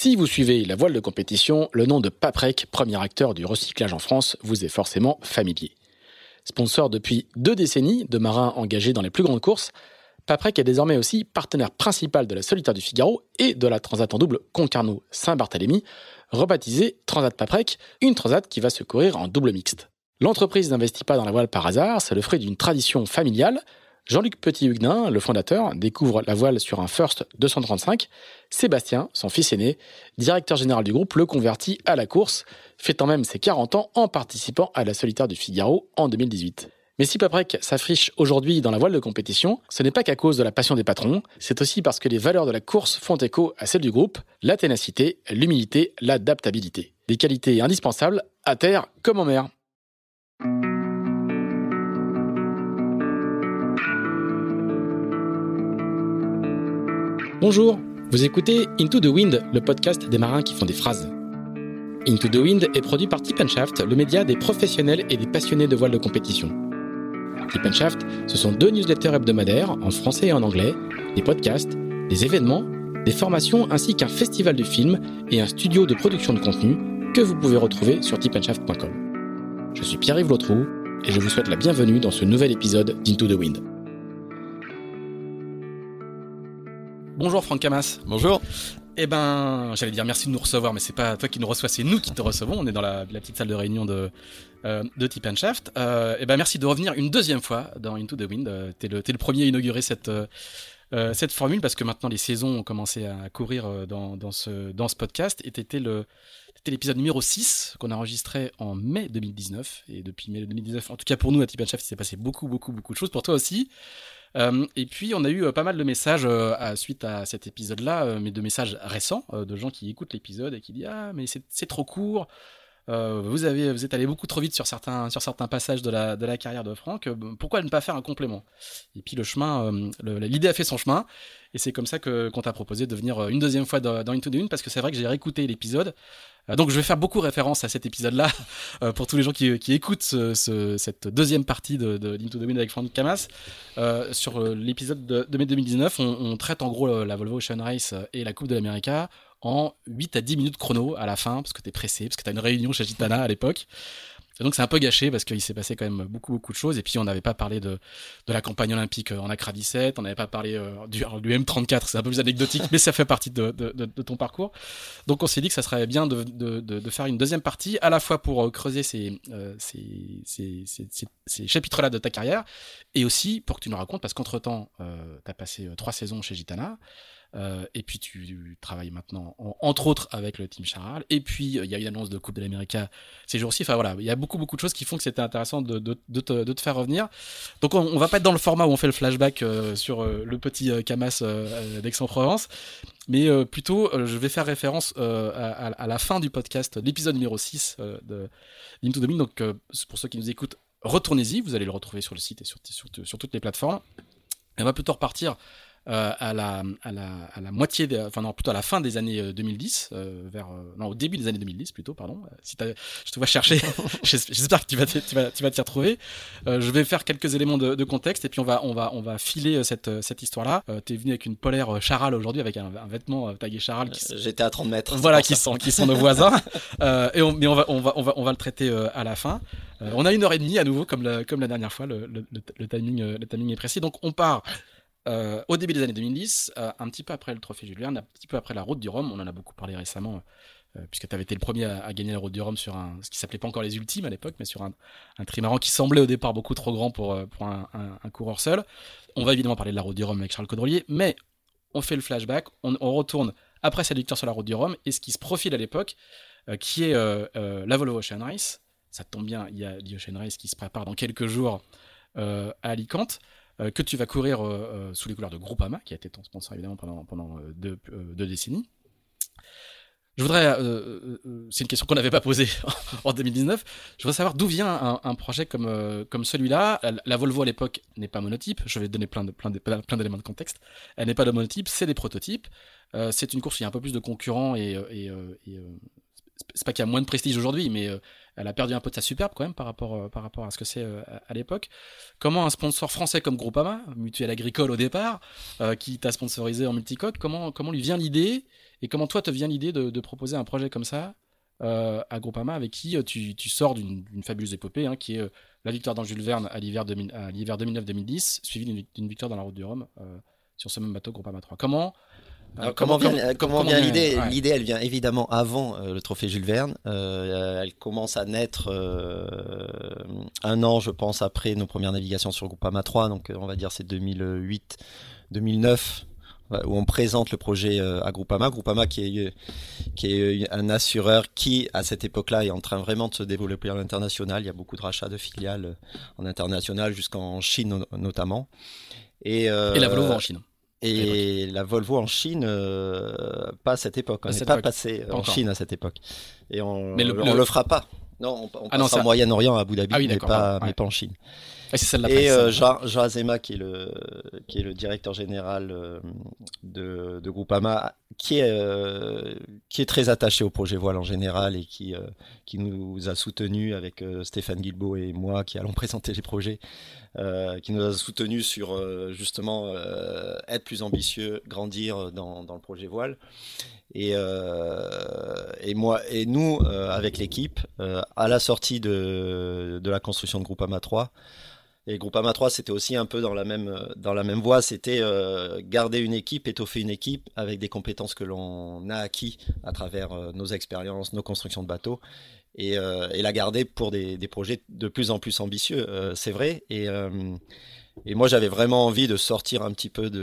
Si vous suivez la voile de compétition, le nom de Paprec, premier acteur du recyclage en France, vous est forcément familier. Sponsor depuis 2 décennies de marins engagés dans les plus grandes courses, Paprec est désormais aussi partenaire principal de la Solitaire du Figaro et de la Transat en double Concarneau-Saint-Barthélemy, rebaptisée Transat Paprec, une transat qui va se courir en double mixte. L'entreprise n'investit pas dans la voile par hasard, c'est le fruit d'une tradition familiale. Jean-Luc Petit-Huguenin, le fondateur, découvre la voile sur un First 235. Sébastien, son fils aîné, directeur général du groupe, le convertit à la course, fêtant même ses 40 ans en participant à la Solitaire du Figaro en 2018. Mais si Paprec s'affiche aujourd'hui dans la voile de compétition, ce n'est pas qu'à cause de la passion des patrons, c'est aussi parce que les valeurs de la course font écho à celles du groupe, la ténacité, l'humilité, l'adaptabilité. Des qualités indispensables à terre comme en mer. Bonjour, vous écoutez Into the Wind, le podcast des marins qui font des phrases. Into the Wind est produit par Tip & Shaft, le média des professionnels et des passionnés de voile de compétition. Tip & Shaft, ce sont 2 newsletters hebdomadaires, en français et en anglais, des podcasts, des événements, des formations ainsi qu'un festival de films et un studio de production de contenu que vous pouvez retrouver sur tipshaft.com. Je suis Pierre-Yves Lautroux et je vous souhaite la bienvenue dans ce nouvel épisode d'Into the Wind. Bonjour Franck Camas. Bonjour. J'allais dire merci de nous recevoir, mais c'est pas toi qui nous reçois, c'est nous qui te recevons. On est dans la petite salle de réunion de Tip & Shaft. Merci de revenir une deuxième fois dans Into the Wind. T'es le premier à inaugurer cette formule parce que maintenant les saisons ont commencé à courir dans ce podcast. Et t'étais l'épisode numéro 6 qu'on a enregistré en mai 2019. Et depuis mai 2019, en tout cas pour nous à Tip & Shaft, il s'est passé beaucoup de choses. Pour toi aussi. Et puis on a eu pas mal de messages suite à cet épisode-là, mais de messages récents de gens qui écoutent l'épisode et qui disent mais c'est trop court, vous êtes allé beaucoup trop vite sur certains passages de la carrière de Franck, pourquoi ne pas faire un complément? Et puis l'idée a fait son chemin et c'est comme ça qu'on t'a proposé de venir une deuxième fois dans Into the Wind, parce que c'est vrai que j'ai réécouté l'épisode. Donc je vais faire beaucoup référence à cet épisode-là pour tous les gens qui écoutent cette deuxième partie de Into the Wind avec Franck Camas. Sur l'épisode de mai 2019, on traite en gros la Volvo Ocean Race et la Coupe de l'America en 8 à 10 minutes chrono à la fin, parce que t'es pressé, parce que t'as une réunion chez Gitana à l'époque. Et donc c'est un peu gâché parce qu'il s'est passé quand même beaucoup de choses. Et puis on n'avait pas parlé de la campagne olympique en Accra 17, on n'avait pas parlé du M34, c'est un peu plus anecdotique, mais ça fait partie de ton parcours. Donc on s'est dit que ça serait bien de faire une deuxième partie, à la fois pour creuser ces chapitres-là de ta carrière, et aussi pour que tu nous racontes, parce qu'entre-temps, t'as passé 3 saisons chez Gitana. Et puis tu travailles maintenant entre autres avec le Team Charal, et puis il y a une annonce de Coupe de l'Amérique ces jours-ci. Enfin voilà, il y a beaucoup de choses qui font que c'était intéressant de te faire revenir. Donc on va pas être dans le format où on fait le flashback sur le petit Camas d'Aix-en-Provence, mais plutôt je vais faire référence à la fin du podcast, l'épisode numéro 6 de Into the Wind. Donc pour ceux qui nous écoutent, retournez-y, vous allez le retrouver sur le site et sur toutes les plateformes. Et on va plutôt repartir à la moitié, plutôt à la fin des années 2010, au début des années 2010 plutôt, pardon. Je te vois chercher, j'espère que tu vas t'y retrouver. Je vais faire quelques éléments de contexte et puis on va filer cette histoire-là. T'es venu avec une polaire Charal aujourd'hui, avec un vêtement tagué Charal. J'étais à 30 mètres. Voilà, qui sont nos voisins. Mais on va le traiter à la fin. On a 1h30 à nouveau, comme la dernière fois. Le timing est précis. Donc on part au début des années 2010, un petit peu après le Trophée Jules Verne, un petit peu après la Route du Rhum. On en a beaucoup parlé récemment, puisque tu avais été le premier à gagner la Route du Rhum sur ce qui s'appelait pas encore les Ultimes à l'époque, mais sur un trimaran qui semblait au départ beaucoup trop grand pour un coureur seul. On va évidemment parler de la Route du Rhum avec Charles Caudrelier, mais on fait le flashback, on retourne après cette victoire sur la Route du Rhum et ce qui se profile à l'époque, qui est la Volvo Ocean Race. Ça tombe bien, il y a l'Ocean Race qui se prépare dans quelques jours à Alicante. Que tu vas courir sous les couleurs de Groupama, qui a été ton sponsor évidemment pendant 2 décennies. Je voudrais, c'est une question qu'on n'avait pas posée en 2019, je voudrais savoir d'où vient un projet comme celui-là. La Volvo à l'époque n'est pas monotype, je vais te donner plein d'éléments de contexte. Elle n'est pas de monotype, c'est des prototypes. C'est une course où il y a un peu plus de concurrents et c'est pas qu'il y a moins de prestige aujourd'hui, mais elle a perdu un peu de sa superbe quand même par rapport à ce que c'est à l'époque. Comment un sponsor français comme Groupama, Mutuelle Agricole au départ, qui t'a sponsorisé en multicoque, comment lui vient l'idée Et comment toi te vient l'idée de proposer un projet comme ça à Groupama, avec qui tu sors d'une fabuleuse épopée, hein, qui est la victoire dans Jules Verne à l'hiver 2009-2010, suivie d'une victoire dans la Route du Rhum sur ce même bateau Groupama 3. Comment vient l'idée? Ouais. L'idée, elle vient évidemment avant le trophée Jules Verne. Elle commence à naître un an, je pense, après nos premières navigations sur Groupama 3. Donc, on va dire c'est 2008, 2009, où on présente le projet à Groupama. Groupama qui est un assureur qui, à cette époque-là, est en train vraiment de se développer à l'international. Il y a beaucoup de rachats de filiales en international, jusqu'en Chine notamment. Et la Volvo en Chine. Et la Volvo en Chine, pas à cette époque. On n'est pas passé en Chine à cette époque. Et on le fera pas. Non, on passe en Moyen-Orient, à Abu Dhabi, mais pas en Chine. Et c'est celle-là. Et Jean Azema, qui est le directeur général de Groupama, qui est très attaché au projet voile en général et qui nous a soutenus avec Stéphane Guilbeault et moi, qui allons présenter les projets. Qui nous a soutenus sur justement être plus ambitieux, grandir dans le projet voile. Et nous, avec l'équipe, à la sortie de la construction de Groupama 3, et Groupama 3, c'était aussi un peu dans la même voie, c'était garder une équipe, étoffer une équipe avec des compétences que l'on a acquis à travers nos expériences, nos constructions de bateaux. Et la garder pour des projets de plus en plus ambitieux, c'est vrai. Et moi, j'avais vraiment envie de sortir un petit peu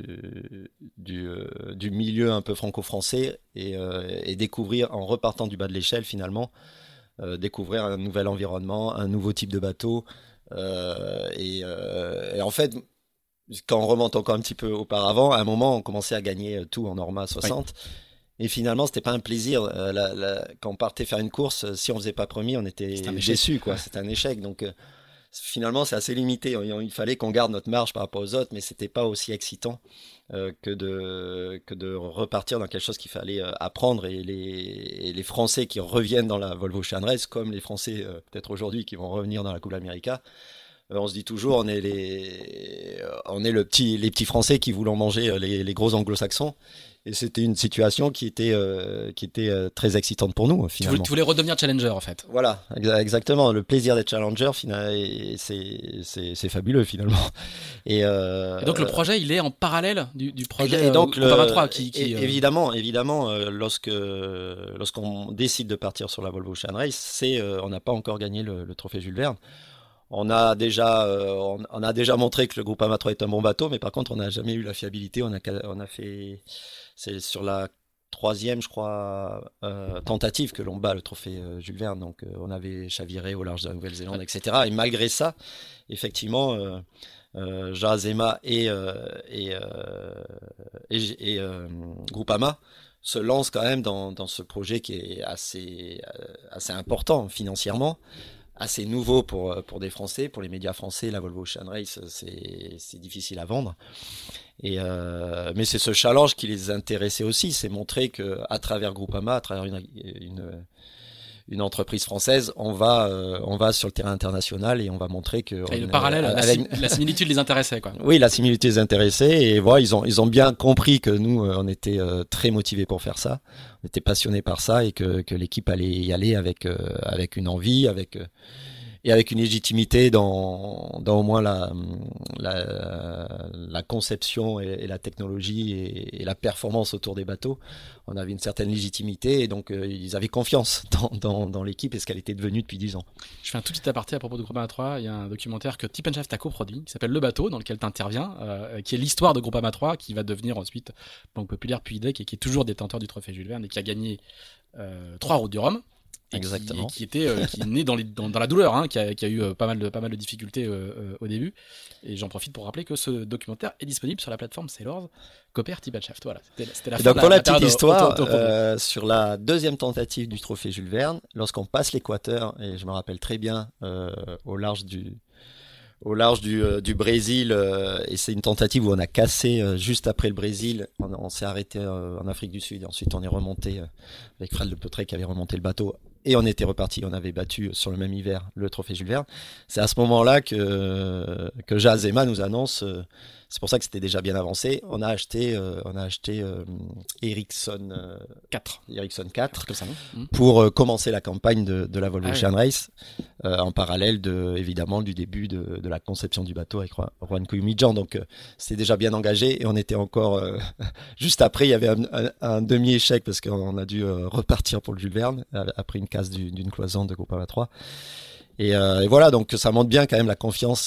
du milieu un peu franco-français et découvrir, en repartant du bas de l'échelle finalement, découvrir un nouvel environnement, un nouveau type de bateau. Et en fait, quand on remonte encore un petit peu auparavant, à un moment, on commençait à gagner tout en Norma 60. Oui. Et finalement, c'était pas un plaisir. Quand on partait faire une course, si on faisait pas premier, on était déçus, quoi. C'était un échec. Donc, finalement, c'est assez limité. Il fallait qu'on garde notre marge par rapport aux autres, mais c'était pas aussi excitant que de repartir dans quelque chose qu'il fallait apprendre. Et les Français qui reviennent dans la Volvo Ocean Race, comme les Français peut-être aujourd'hui qui vont revenir dans la Coupe America, on se dit toujours, on est les petits Français qui voulons manger les gros Anglo-Saxons. Et c'était une situation qui était très excitante pour nous, finalement. Tu voulais redevenir challenger, en fait. Voilà, exactement. Le plaisir d'être challenger, c'est fabuleux, finalement. Et donc, le projet, il est en parallèle du projet Groupama 3 Évidemment, lorsqu'on décide de partir sur la Volvo Ocean Race, on n'a pas encore gagné le trophée Jules Verne. On a déjà montré que le Groupama 3 est un bon bateau, mais par contre, on n'a jamais eu la fiabilité. On a fait... C'est sur la 3e, je crois, tentative que l'on bat le trophée Jules Verne. Donc, on avait chaviré au large de la Nouvelle-Zélande, etc. Et malgré ça, effectivement, Jean Azema et Groupama se lancent quand même dans ce projet qui est assez important financièrement, assez nouveau pour des Français, pour les médias français. La Volvo Ocean Race, c'est difficile à vendre. Mais c'est ce challenge qui les intéressait aussi, c'est montrer que à travers Groupama, à travers une entreprise française, on va sur le terrain international et on va montrer que le parallèle, la similitude les intéressait, quoi. Oui, la similitude les intéressait et voilà, ils ont bien compris que nous on était très motivés pour faire ça, on était passionnés par ça et que l'équipe allait y aller avec une envie, et avec une légitimité dans au moins la conception et la technologie et la performance autour des bateaux. On avait une certaine légitimité et donc ils avaient confiance dans l'équipe et ce qu'elle était devenue depuis 10 ans. Je fais un tout petit aparté à propos de Groupama 3. Il y a un documentaire que Tip & Shaft a coproduit qui s'appelle Le Bateau, dans lequel tu interviens, qui est l'histoire de Groupama 3, qui va devenir ensuite Banque Populaire puis IDEC et qui est toujours détenteur du trophée Jules Verne et qui a gagné 3 Routes du Rhum. Exactement. Qui est né dans la douleur, hein, qui a eu pas mal de difficultés au début. Et j'en profite pour rappeler que ce documentaire est disponible sur la plateforme Sailors, Copper Tip & Shaft. Voilà, c'était la fin. Et donc pour la petite histoire, sur la 2e tentative du trophée Jules Verne, lorsqu'on passe l'équateur, et je me rappelle très bien, au large du Brésil, et c'est une tentative où on a cassé juste après le Brésil. On s'est arrêté en Afrique du Sud. Ensuite, on est remonté avec Fred Le Peutret qui avait remonté le bateau. Et on était reparti. On avait battu sur le même hiver le trophée Jules Verne. C'est à ce moment-là que Jean Azema nous annonce C'est pour ça que c'était déjà bien avancé. On a acheté Ericsson 4 Comme ça, non pour commencer la campagne de la Volvo Ocean Race, en parallèle évidemment du début de la conception du bateau avec Juan Kumidjan. Donc c'était déjà bien engagé et on était encore juste après, il y avait un demi-échec parce qu'on a dû repartir pour le Jules Verne après une casse d'une cloison de Groupama 3. Et voilà, donc ça montre bien quand même la confiance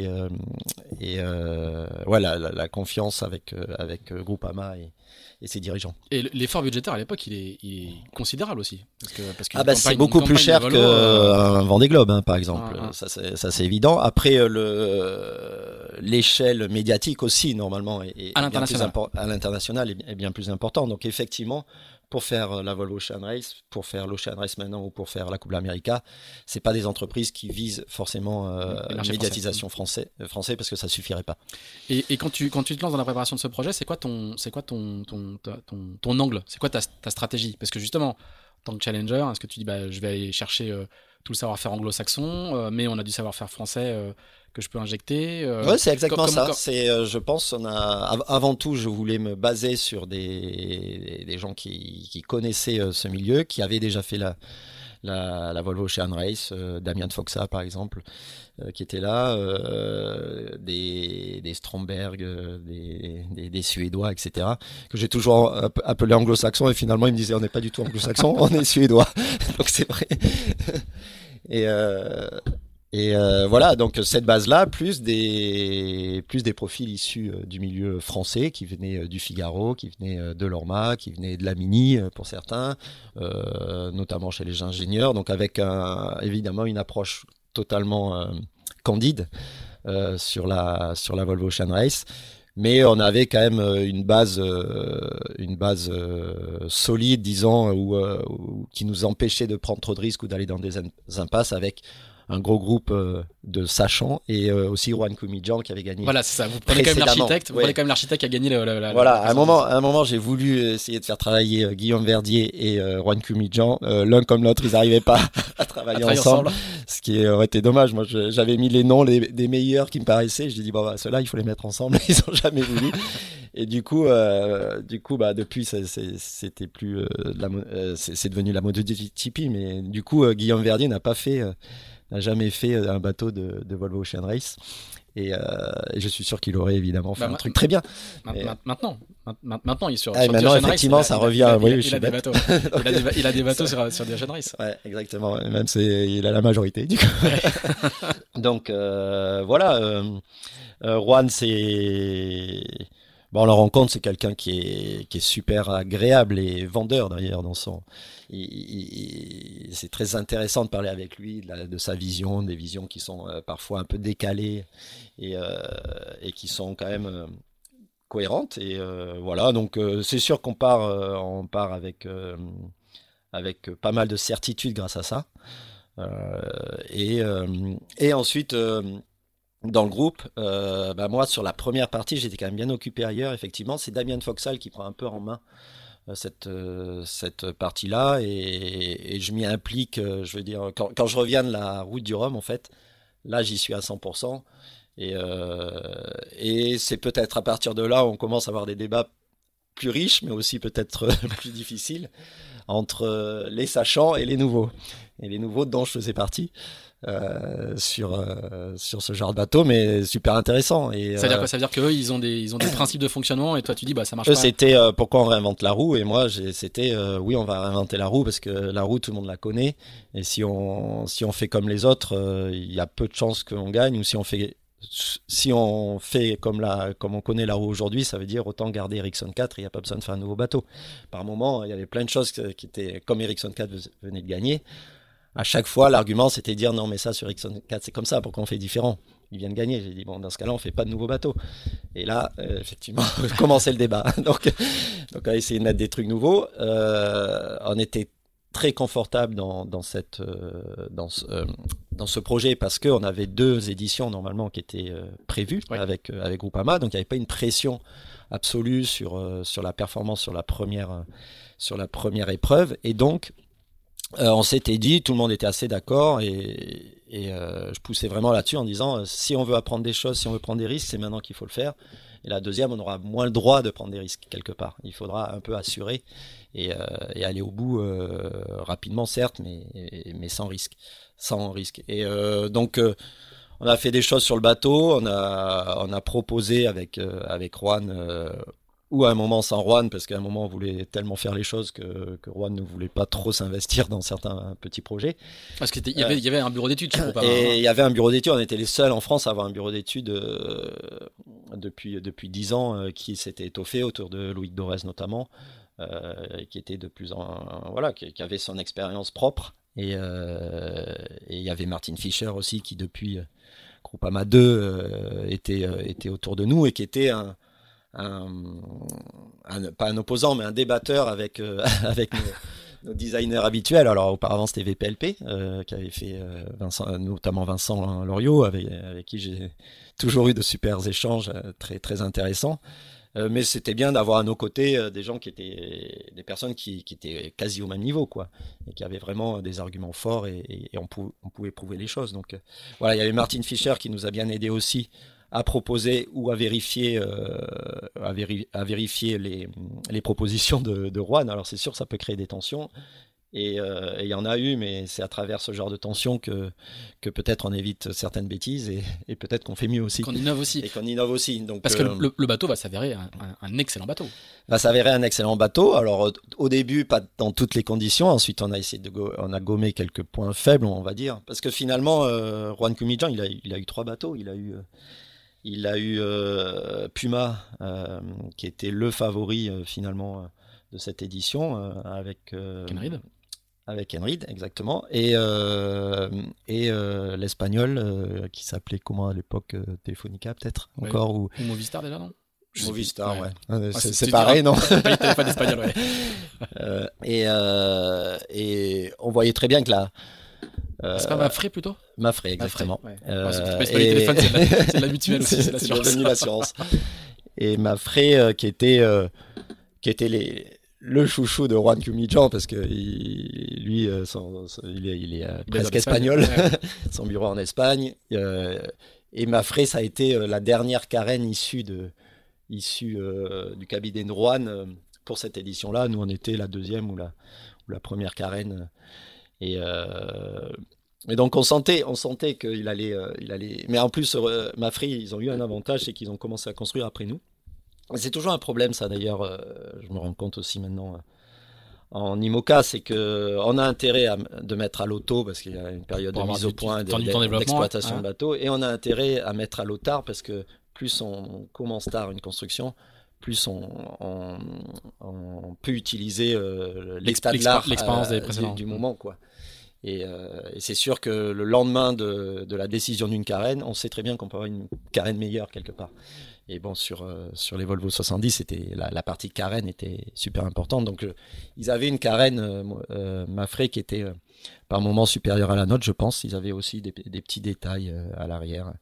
la confiance avec Groupama et ses dirigeants. Et l'effort budgétaire à l'époque, il est considérable aussi. Parce que c'est beaucoup plus cher qu'un Vendée Globe, hein, par exemple. Ça c'est évident. Après, l'échelle médiatique aussi, normalement, à l'international est bien plus important. Donc effectivement, pour faire la Volvo Ocean Race, pour faire l'Ocean Race maintenant ou pour faire la Coupe l'América, c'est pas des entreprises qui visent forcément la médiatisation français parce que ça suffirait pas. Et quand tu te lances dans la préparation de ce projet, c'est quoi ton angle? C'est quoi ta stratégie? Parce que justement, en tant que challenger, est-ce que tu dis je vais aller chercher tout le savoir-faire anglo-saxon, mais on a du savoir-faire français que je peux injecter. Ouais, c'est exactement ça. Je pense, avant tout, je voulais me baser sur des gens qui connaissaient ce milieu, qui avaient déjà fait la Volvo Ocean Race, Damien Foxa par exemple, qui était là, des Stromberg, des Suédois, etc., que j'ai toujours appelé anglo-saxons, et finalement ils me disaient on n'est pas du tout anglo-saxons, on est suédois. Donc c'est vrai. Et voilà, donc cette base-là, plus des profils issus du milieu français, qui venaient du Figaro, qui venaient de l'Orma, qui venaient de la Mini pour certains, notamment chez les ingénieurs, donc avec évidemment une approche totalement candide sur la Volvo Ocean Race. Mais on avait quand même une base solide, disons, qui nous empêchait de prendre trop de risques ou d'aller dans des impasses avec un gros groupe de sachants et aussi Juan Kumidjan qui avait gagné. Voilà, c'est ça. Vous prenez quand même l'architecte. Vous prenez quand même l'architecte qui a gagné Voilà, à un moment, j'ai voulu essayer de faire travailler Guillaume Verdier et Juan Kumidjan. L'un comme l'autre, ils n'arrivaient pas à travailler ensemble. Ce qui aurait été dommage. Moi, j'avais mis les noms des meilleurs qui me paraissaient. J'ai dit ceux-là, il faut les mettre ensemble. Ils n'ont jamais voulu. Et du coup, depuis, c'était plus c'est devenu la MotoGP. Mais du coup, Guillaume Verdier n'a jamais fait un bateau de Volvo Ocean Race. Et je suis sûr qu'il aurait évidemment fait un truc très bien. Maintenant, il est sur maintenant, effectivement, Race, ça revient. Il a des bateaux sur des Ocean Race. Ouais, exactement. Même il a la majorité, du coup. Donc, voilà. Juan, on le rend compte, c'est quelqu'un qui est super agréable et vendeur d'ailleurs dans son. C'est très intéressant de parler avec lui de sa vision, des visions qui sont parfois un peu décalées et qui sont quand même cohérentes. Et voilà, donc c'est sûr qu'on part avec pas mal de certitude grâce à ça. Et ensuite. Dans le groupe, moi sur la première partie, j'étais quand même bien occupé ailleurs. Effectivement, c'est Damien Foxal qui prend un peu en main cette partie-là et je m'y implique. Je veux dire, quand je reviens de la route du Rhum, en fait, là j'y suis à 100%. Et c'est peut-être à partir de là où on commence à avoir des débats plus riches, mais aussi peut-être plus difficiles entre les sachants et les nouveaux. Et les nouveaux dont je faisais partie. Sur ce genre de bateau, mais super intéressant. Et ça veut dire quoi? Ça veut dire qu'eux ils ont des principes de fonctionnement et toi tu dis ça marche pas. C'était pourquoi on réinvente la roue, et moi c'était oui, on va réinventer la roue parce que la roue tout le monde la connaît, et si on fait comme les autres, il y a peu de chances qu'on gagne, ou si on fait comme on connaît la roue aujourd'hui, ça veut dire autant garder Ericsson 4, il n'y a pas besoin de faire un nouveau bateau. Par moment, il y avait plein de choses qui étaient comme Ericsson 4 venait de gagner. À chaque fois, l'argument, c'était de dire non, mais ça, sur Ericsson 4, c'est comme ça, pourquoi on fait différent? Ils viennent gagner. J'ai dit, dans ce cas-là, on fait pas de nouveau bateau. Et là, effectivement, commençait le débat. Donc, on a essayé de mettre des trucs nouveaux. On était très confortable dans ce projet parce qu'on avait 2 éditions, normalement, qui étaient prévues avec Groupama. Donc, il n'y avait pas une pression absolue sur la performance sur la première épreuve. Et donc, on s'était dit, tout le monde était assez d'accord et je poussais vraiment là-dessus en disant si on veut apprendre des choses, si on veut prendre des risques, c'est maintenant qu'il faut le faire. Et la deuxième, on aura moins le droit de prendre des risques quelque part. Il faudra un peu assurer et aller au bout rapidement, certes, mais sans risque. Sans risque. Et donc, on a fait des choses sur le bateau. On a proposé avec Juan, ou à un moment sans Juan, parce qu'à un moment on voulait tellement faire les choses que Juan ne voulait pas trop s'investir dans certains petits projets. Parce qu'il y avait un bureau d'études, je crois. Et il y avait un bureau d'études, on était les seuls en France à avoir un bureau d'études depuis 10 ans qui s'était étoffé autour de Loïc Dorez notamment, qui était de plus en... Voilà, qui avait son expérience propre. Et il y avait Martin Fischer aussi qui depuis Groupama 2 était autour de nous et qui était pas un opposant mais un débatteur avec nos designers habituels. Alors auparavant c'était VPLP qui avait fait notamment Vincent Loriot avec qui j'ai toujours eu de super échanges très très intéressants. Mais c'était bien d'avoir à nos côtés des gens qui étaient des personnes qui étaient quasi au même niveau, quoi, et qui avaient vraiment des arguments forts et on pouvait prouver les choses. Donc voilà, il y avait Martin Fischer qui nous a bien aidé aussi à proposer ou à vérifier les propositions de Juan. Alors c'est sûr, ça peut créer des tensions. Et il y en a eu, mais c'est à travers ce genre de tension que peut-être on évite certaines bêtises et peut-être qu'on fait mieux aussi. Qu'on innove aussi. Et qu'on innove aussi. Donc, parce que le bateau va s'avérer un excellent bateau. Va s'avérer un excellent bateau. Alors au début, pas dans toutes les conditions. Ensuite, on a essayé on a gommé quelques points faibles, on va dire. Parce que finalement, Juan Cumijan, il a eu 3 bateaux. Il a eu Puma, qui était le favori finalement de cette édition avec Enrid, exactement, et l'espagnol qui s'appelait comment à l'époque, Telefonica peut-être encore, ou Movistar déjà, non? Movistar, ouais. C'est pareil, non? Pas d'espagnol, ouais. Et on voyait très bien que là. C'est pas Mafré plutôt? Mafré, exactement. Mafré, ouais. C'est pas les téléphones, c'est de la mutuelle aussi, c'est l'assurance. Et Mafré qui était le chouchou de Juan Cumijan parce que lui, il est presque espagnol, son bureau en Espagne. Et Mafré, ça a été la dernière carène issue du cabinet de Juan pour cette édition-là. Nous, on était la deuxième ou la première carène. Et donc on sentait qu'il allait. Mais en plus, Mafré, ils ont eu un avantage, c'est qu'ils ont commencé à construire après nous. C'est toujours un problème, ça d'ailleurs, je me rends compte aussi maintenant en IMOCA, c'est qu'on a intérêt de mettre à l'auto parce qu'il y a une période de mise au point d'exploitation de bateaux, et on a intérêt à mettre à l'eau tard parce que plus on commence tard une construction, plus on peut utiliser l'expérience des précédents du moment, quoi. Et c'est sûr que le lendemain de la décision d'une carène, on sait très bien qu'on peut avoir une carène meilleure quelque part. Et bon, sur les Volvo 70, c'était la partie carène était super importante. Donc, ils avaient une carène Mafré qui était par moments supérieure à la nôtre, je pense. Ils avaient aussi des petits détails à l'arrière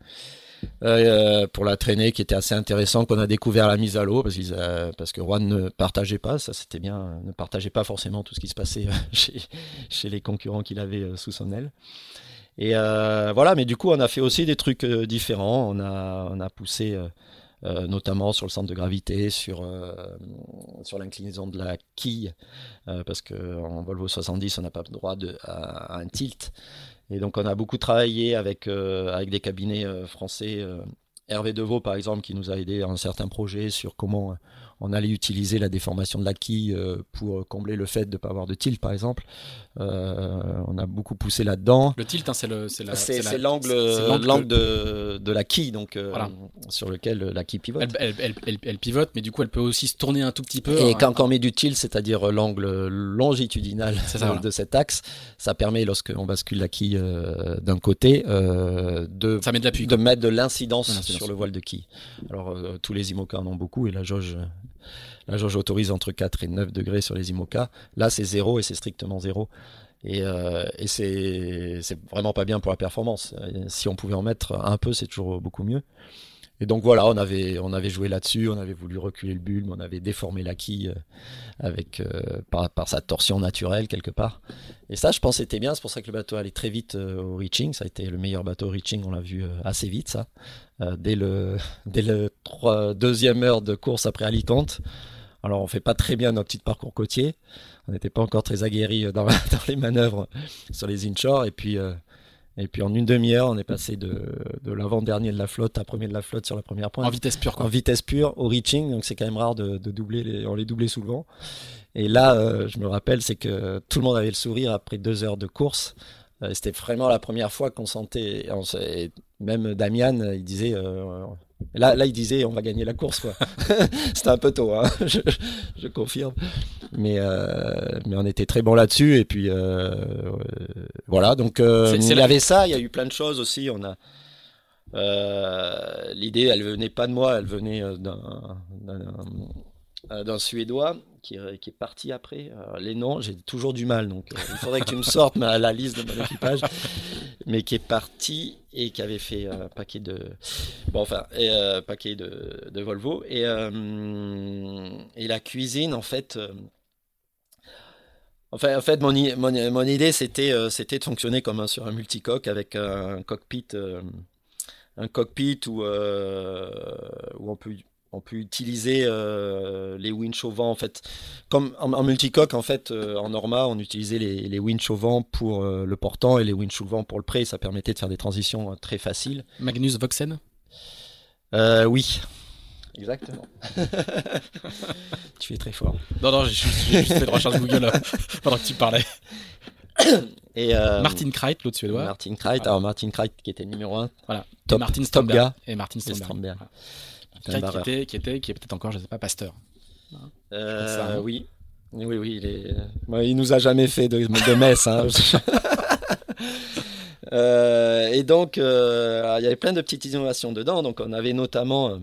pour la traînée qui était assez intéressant, qu'on a découvert à la mise à l'eau parce que Juan ne partageait pas, ça c'était bien, ne partageait pas forcément tout ce qui se passait chez les concurrents qu'il avait sous son aile. Et voilà, mais du coup, on a fait aussi des trucs différents. On a poussé notamment sur le centre de gravité, sur l'inclinaison de la quille, parce qu'en Volvo 70, on n'a pas le droit à un tilt. Et donc, on a beaucoup travaillé avec des cabinets français. Hervé Deveau, par exemple, qui nous a aidé à un certain projet sur comment on allait utiliser la déformation de la quille pour combler le fait de ne pas avoir de tilt, par exemple. On a beaucoup poussé là-dedans. Le tilt, hein, c'est l'angle de la quille, donc, voilà. sur lequel la quille pivote. Elle pivote, mais du coup, elle peut aussi se tourner un tout petit peu. Et quand on met du tilt, c'est-à-dire l'angle longitudinal de cet axe, ça permet, lorsqu'on bascule la quille d'un côté, de mettre de l'incidence sur le voile de quille. Alors, tous les IMOCA en ont beaucoup, et la jauge autorise entre 4 et 9 degrés sur les IMOCA. Là, c'est 0 et c'est strictement 0. Et c'est vraiment pas bien pour la performance. Si on pouvait en mettre un peu, c'est toujours beaucoup mieux. Et donc voilà, on avait joué là-dessus, on avait voulu reculer le bulbe, on avait déformé la quille par sa torsion naturelle quelque part. Et ça, je pense, c'était bien. C'est pour ça que le bateau allait très vite au reaching. Ça a été le meilleur bateau au reaching, on l'a vu assez vite, ça. Dès le deuxième heure de course après Alicante. Alors, on fait pas très bien notre petit parcours côtier. On n'était pas encore très aguerris dans les manœuvres sur les inshore. Et puis en une demi-heure, on est passé de l'avant-dernier de la flotte à premier de la flotte sur la première pointe. En vitesse pure, quoi. En vitesse pure, au reaching. Donc, c'est quand même rare de doubler. On les doublait sous le vent. Et là, je me rappelle, c'est que tout le monde avait le sourire après 2 heures de course. C'était vraiment la première fois qu'on sentait. Même Damian, il disait. Là, il disait, on va gagner la course, quoi. C'était un peu tôt, hein, je confirme. Mais on était très bon là-dessus. Et puis, voilà. Donc, il y avait ça. Il y a eu plein de choses aussi. On a. L'idée, elle venait pas de moi. Elle venait d'un Suédois qui est parti après. Les noms, j'ai toujours du mal. Donc, il faudrait que tu me sortes la liste de mon équipage. Mais qui est parti et qui avait fait un paquet de Volvo et la cuisine en fait mon idée c'était de fonctionner comme sur un multicoque avec un cockpit où on peut utiliser les winches au vent en fait. Comme en multicoque en fait, en Norma, on utilisait les winches au vent pour le portant et les winches au vent pour le pré. Ça permettait de faire des transitions très faciles. Magnus Voxen. Oui, exactement. Tu es très fort. Non, j'ai juste fait de recherche Google là, pendant que tu parlais. Et Martin Kreit, l'autre suédois. Martin Kreit, voilà. Alors Martin Kreit qui était numéro 1. Voilà. Top, Martin top gars. Et Martin Stromberg. Voilà. Qui est peut-être encore, je sais pas, pasteur. Oui. Il nous a jamais fait de messe. Hein. Et donc, il y avait plein de petites innovations dedans. Donc, on avait notamment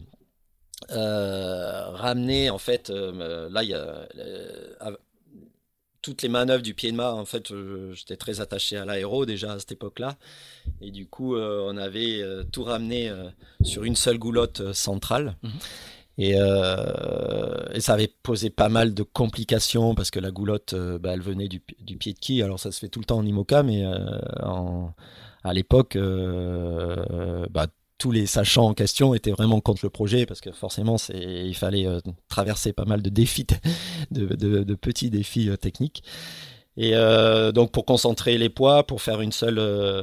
ramené, en fait, là, il y a toutes les manœuvres du pied de mât. En fait, j'étais très attaché à l'aéro déjà à cette époque-là. Et du coup, on avait tout ramené sur une seule goulotte centrale. Mmh. Et ça avait posé pas mal de complications parce que la goulotte, elle venait du pied de quille. Alors ça se fait tout le temps en IMOCA, mais à l'époque, tous les sachants en question étaient vraiment contre le projet parce que forcément, il fallait traverser pas mal de défis, de petits défis techniques. Et donc pour concentrer les poids, pour faire une seule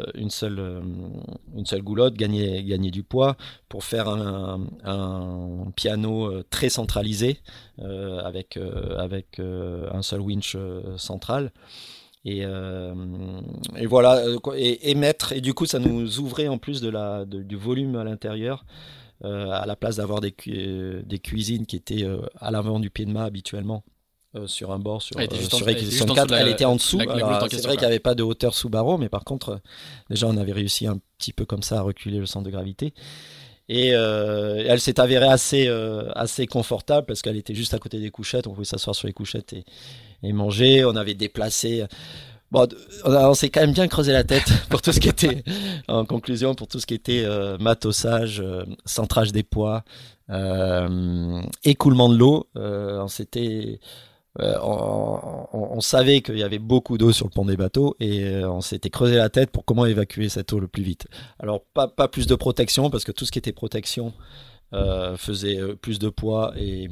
goulotte, gagner du poids, pour faire un piano très centralisé avec un seul winch central. Et voilà, et mettre, et du coup ça nous ouvrait en plus du volume à l'intérieur. À la place d'avoir des cuisines qui étaient à l'avant du pied de mât habituellement. Sur un bord, sur réquisition 4, elle était en dessous. Alors, c'est vrai qu'il n'y avait pas de hauteur sous barreau, mais par contre, déjà, on avait réussi un petit peu comme ça à reculer le centre de gravité. Et elle s'est avérée assez confortable parce qu'elle était juste à côté des couchettes. On pouvait s'asseoir sur les couchettes et manger. On avait déplacé. Bon, on s'est quand même bien creusé la tête pour tout ce qui était, en conclusion, pour tout ce qui était matossage, centrage des poids, écoulement de l'eau. On savait qu'il y avait beaucoup d'eau sur le pont des bateaux et on s'était creusé la tête pour comment évacuer cette eau le plus vite. Alors pas plus de protection parce que tout ce qui était protection faisait plus de poids et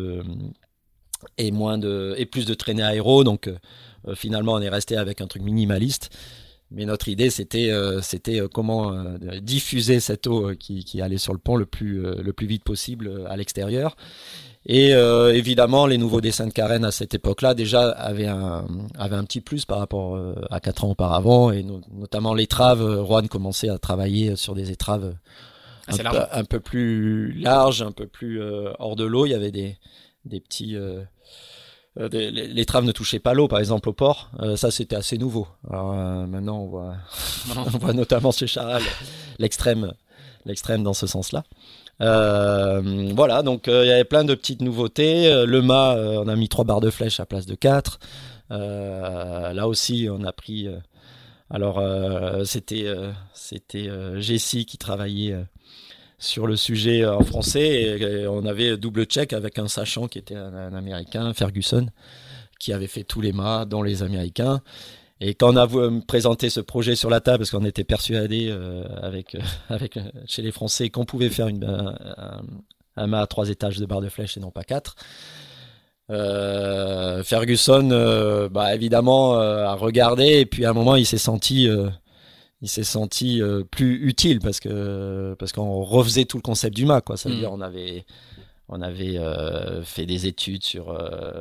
plus de traînée aéro. Donc finalement on est resté avec un truc minimaliste. Mais notre idée c'était comment diffuser cette eau qui allait sur le pont le plus vite possible à l'extérieur. Et évidemment, les nouveaux dessins de carène à cette époque-là déjà avaient un petit plus par rapport à 4 ans auparavant, et notamment l'étrave. Juan commençait à travailler sur des étraves un peu plus larges, un peu plus hors de l'eau. Il y avait des petits... l'étrave ne touchait pas l'eau, par exemple, au port. Ça, c'était assez nouveau. Alors maintenant, on voit notamment chez Charal l'extrême dans ce sens-là. Voilà, donc il y avait plein de petites nouveautés. Le mât, on a mis 3 barres de flèche à place de 4. Là aussi, on a pris... c'était Jessie qui travaillait sur le sujet en français. Et on avait double check avec un sachant qui était un Américain, Ferguson, qui avait fait tous les mâts, dont les Américains. Et quand on a présenté ce projet sur la table, parce qu'on était persuadé chez les Français qu'on pouvait faire un mât à 3 étages de barre de flèche et non pas 4. Ferguson, évidemment, a regardé et puis à un moment il s'est senti plus utile parce qu'on refaisait tout le concept du mât, quoi. Ça veut dire on avait fait des études sur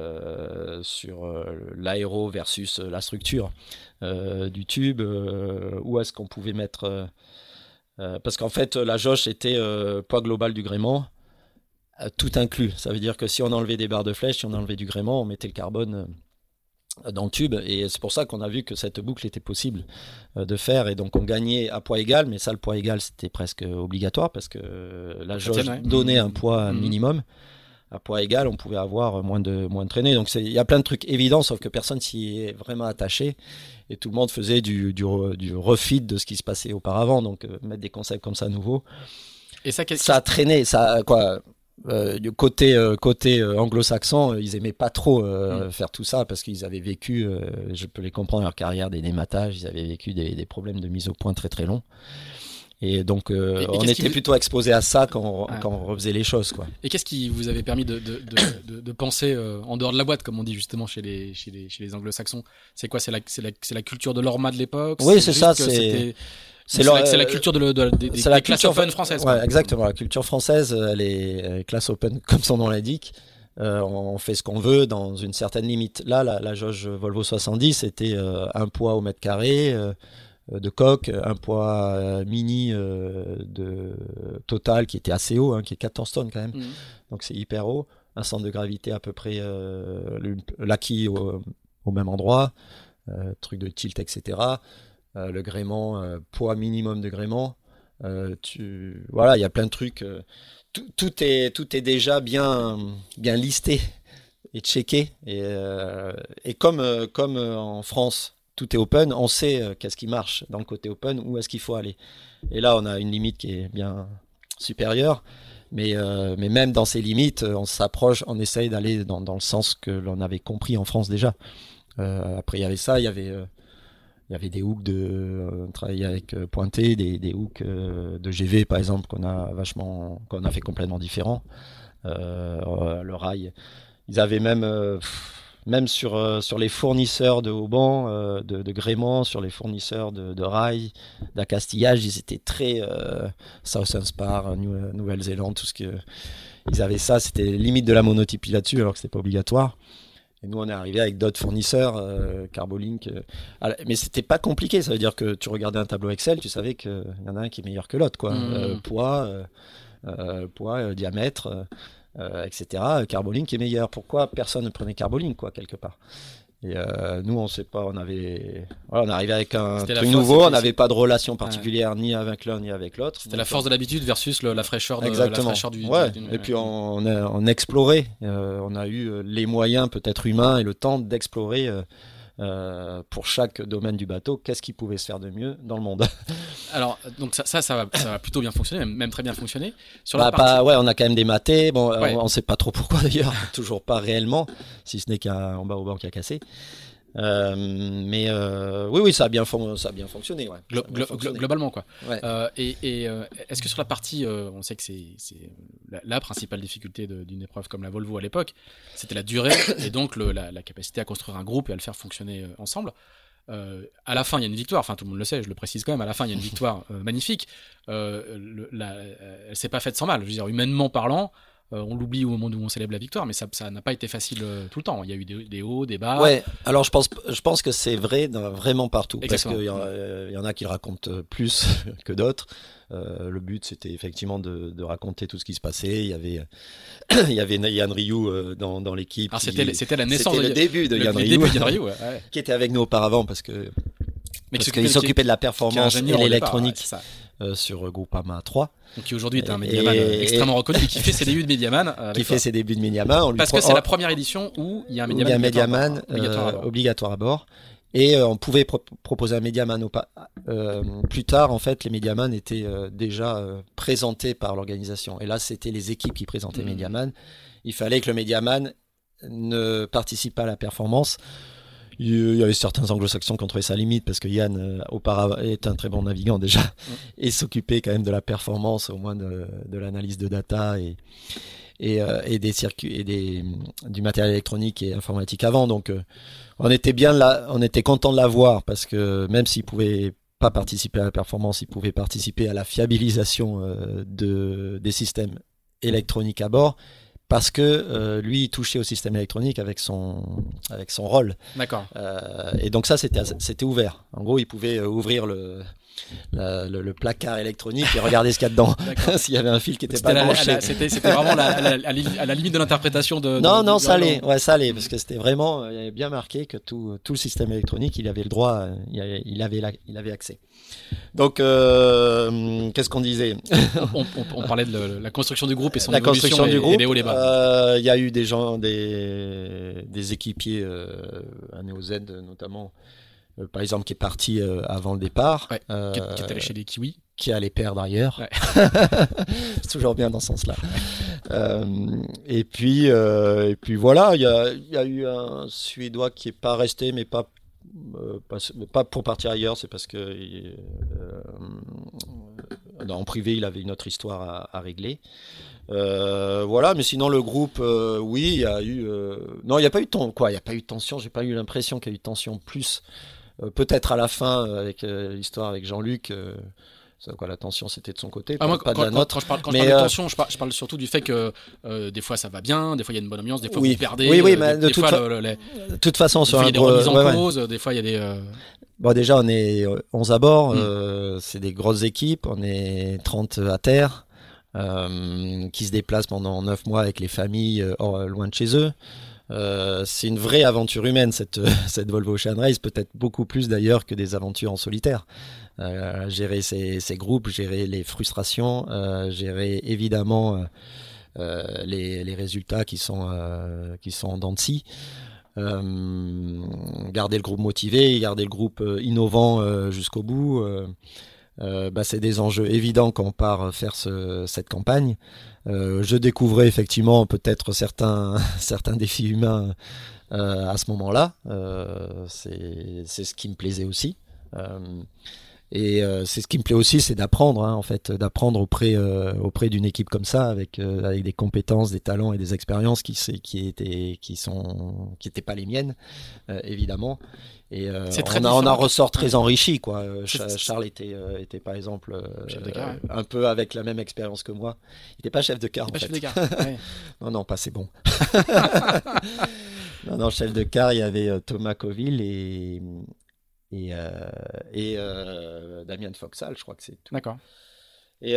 l'aéro versus la structure du tube, où est-ce qu'on pouvait mettre parce qu'en fait la jauge était poids global du gréement tout inclus. Ça veut dire que si on enlevait des barres de flèche, si on enlevait du gréement, on mettait le carbone dans le tube, et c'est pour ça qu'on a vu que cette boucle était possible de faire, et donc on gagnait à poids égal, mais ça, le poids égal, c'était presque obligatoire parce que la jauge donnait un poids minimum. À poids égal, on pouvait avoir moins de traînées. Donc il y a plein de trucs évidents, sauf que personne s'y est vraiment attaché, et tout le monde faisait du refit de ce qui se passait auparavant. Donc mettre des concepts comme ça nouveaux, et ça a traîné, ça quoi. Du côté anglo-saxon, ils aimaient pas trop faire tout ça parce qu'ils avaient vécu, je peux les comprendre, leur carrière des dématages, ils avaient vécu des problèmes de mise au point très très longs. Et donc on était plutôt exposé à ça quand on refaisait les choses, quoi. Et qu'est-ce qui vous avait permis de penser en dehors de la boîte, comme on dit justement chez les anglo-saxons? C'est quoi? C'est la culture de l'orma de l'époque? Oui, c'est ça. C'est la culture des classes open françaises. Ouais, exactement. La culture française, elle est classe open, comme son nom l'indique. On fait ce qu'on veut dans une certaine limite. Là, la jauge Volvo 70, c'était un poids au mètre carré de coque, un poids mini de total qui était assez haut, qui est 14 tonnes quand même. Donc c'est hyper haut. Un centre de gravité à peu près l'acquis au même endroit. Truc de tilt, etc. Le gréement, poids minimum de gréement. Voilà, il y a plein de trucs. Tout est déjà bien listé et checké. Et comme en France, tout est open, on sait qu'est-ce qui marche dans le côté open, où est-ce qu'il faut aller. Et là, on a une limite qui est bien supérieure. Mais même dans ces limites, on s'approche, on essaye d'aller dans le sens que l'on avait compris en France déjà. Après, il y avait ça, il y avait des hooks on travaillait avec pointés, des hooks de GV par exemple qu'on a fait complètement différent. Le rail, ils avaient même sur les fournisseurs de haubans, de gréement, sur les fournisseurs de rails, d'accastillage, ils étaient très Southern Spar, Nouvelle-Zélande, tout ce que ils avaient, ça c'était limite de la monotypie là-dessus, alors que c'était pas obligatoire. Et nous, on est arrivé avec d'autres fournisseurs, Carbolink. Mais c'était pas compliqué. Ça veut dire que tu regardais un tableau Excel, tu savais qu'il y en a un qui est meilleur que l'autre, quoi. Poids, diamètre, etc. Carbolink est meilleur. Pourquoi personne ne prenait Carbolink, quoi, quelque part? Et nous, on sait pas. On est arrivé avec un truc nouveau. On n'avait pas de relation particulière ni avec l'un ni avec l'autre. C'était la force de l'habitude versus la fraîcheur du. Et puis on explorait. On a eu les moyens, peut-être humains, et le temps d'explorer pour chaque domaine du bateau. Qu'est-ce qui pouvait se faire de mieux dans le monde? Alors, donc ça va plutôt bien fonctionner, même très bien fonctionner. Sur la partie... on a quand même des matés. Bon, on sait pas trop pourquoi d'ailleurs, toujours pas réellement, si ce n'est qu'en bas au bord qui a cassé. Oui, ça a bien fonctionné. Ouais. Globalement, quoi. Ouais. Est-ce que sur la partie, on sait que c'est la principale difficulté d'une épreuve comme la Volvo à l'époque, c'était la durée et donc la capacité à construire un groupe et à le faire fonctionner ensemble. À la fin, il y a une victoire. Enfin, tout le monde le sait, je le précise quand même. À la fin, il y a une victoire magnifique. Elle s'est pas faite sans mal. Je veux dire, humainement parlant. On l'oublie au moment où on célèbre la victoire, mais ça n'a pas été facile tout le temps. Il y a eu des hauts, des bas. Ouais. Alors je pense que c'est vrai vraiment partout. Exactement. Parce qu'il y en a qui le racontent plus que d'autres. Le but, c'était effectivement de raconter tout ce qui se passait. Il y avait Yann Rioux dans l'équipe. Alors c'était la naissance. C'était le début de Yann Rioux, qui était avec nous auparavant parce qu'il s'occupait de la performance et l'électronique sur Groupama 3. Donc qui aujourd'hui est un médiaman extrêmement reconnu et qui fait ses débuts de médiaman. Ses débuts de médiaman. Parce que c'est la première édition où il y a un médiaman obligatoire à bord. Et on pouvait proposer un médiaman plus tard. En fait, les médiamans étaient déjà présentés par l'organisation. Et là, c'était les équipes qui présentaient médiaman. Il fallait que le médiaman ne participe pas à la performance. Il y avait certains anglo-saxons qui ont trouvé ça limite parce que Yann auparavant est un très bon navigant déjà et s'occupait quand même de la performance, au moins de l'analyse de data et des circuits et du matériel électronique et informatique avant. Donc on était bien là, on était content de l'avoir parce que même s'il pouvait pas participer à la performance, il pouvait participer à la fiabilisation des systèmes électroniques à bord. Parce que lui, il touchait au système électronique avec son rôle. D'accord. Et donc ça, c'était ouvert. En gros, il pouvait ouvrir le placard électronique et regarder ce qu'il y a dedans. S'il y avait un fil qui n'était pas branché. C'était vraiment à la limite de l'interprétation de... Non, ça allait. Ouais, ça allait. Parce que c'était vraiment... Il y avait bien marqué que tout le système électronique, il avait le droit, il avait accès. Donc, qu'est-ce qu'on disait? on parlait de la construction du groupe et son la évolution construction du groupe. Et les hauts, les bas. Il y a eu des équipiers à NeoZ notamment, par exemple, qui est parti avant le départ. Ouais, qui est allé chez les Kiwis. Qui allait perdre ailleurs. Ouais. C'est toujours bien dans ce sens-là. Et puis voilà, il y a eu un Suédois qui n'est pas resté, mais pas pour partir ailleurs, c'est parce que en privé il avait une autre histoire à régler. Voilà, mais sinon le groupe, oui, il y a eu non, il n'y a pas eu de tension, j'ai pas eu l'impression qu'il y a eu de tension plus peut-être à la fin avec l'histoire avec Jean-Luc. La tension c'était de son côté, pas de la nôtre. Quand je parle de tension, je parle surtout du fait que des fois ça va bien, des fois il y a une bonne ambiance, des fois vous perdez. Oui, mais de toute façon, il y a des remises en cause, des fois il y a des. Bon, déjà on est 11 à bord, c'est des grosses équipes, on est 30 à terre, qui se déplacent pendant 9 mois avec les familles loin de chez eux. C'est une vraie aventure humaine cette Volvo Ocean Race, peut-être beaucoup plus d'ailleurs que des aventures en solitaire. Gérer ces groupes, gérer les frustrations, gérer évidemment les résultats qui sont en dents de scie. Garder le groupe motivé, garder le groupe innovant jusqu'au bout. C'est des enjeux évidents quand on part faire cette campagne. Je découvrais effectivement peut-être certains défis humains à ce moment-là. C'est ce qui me plaisait aussi. Et c'est ce qui me plaît aussi, c'est d'apprendre, en fait, d'apprendre auprès d'une équipe comme ça, avec des compétences, des talents et des expériences qui étaient pas les miennes, évidemment. Et on en ressort très enrichi, quoi. Charles était par exemple un peu avec la même expérience que moi. Il n'était pas chef de car, en fait. Chef de car. Ouais. non, pas c'est bon. non, chef de car, il y avait Thomas Coville et Damien Foxal, je crois que c'est tout. D'accord. Et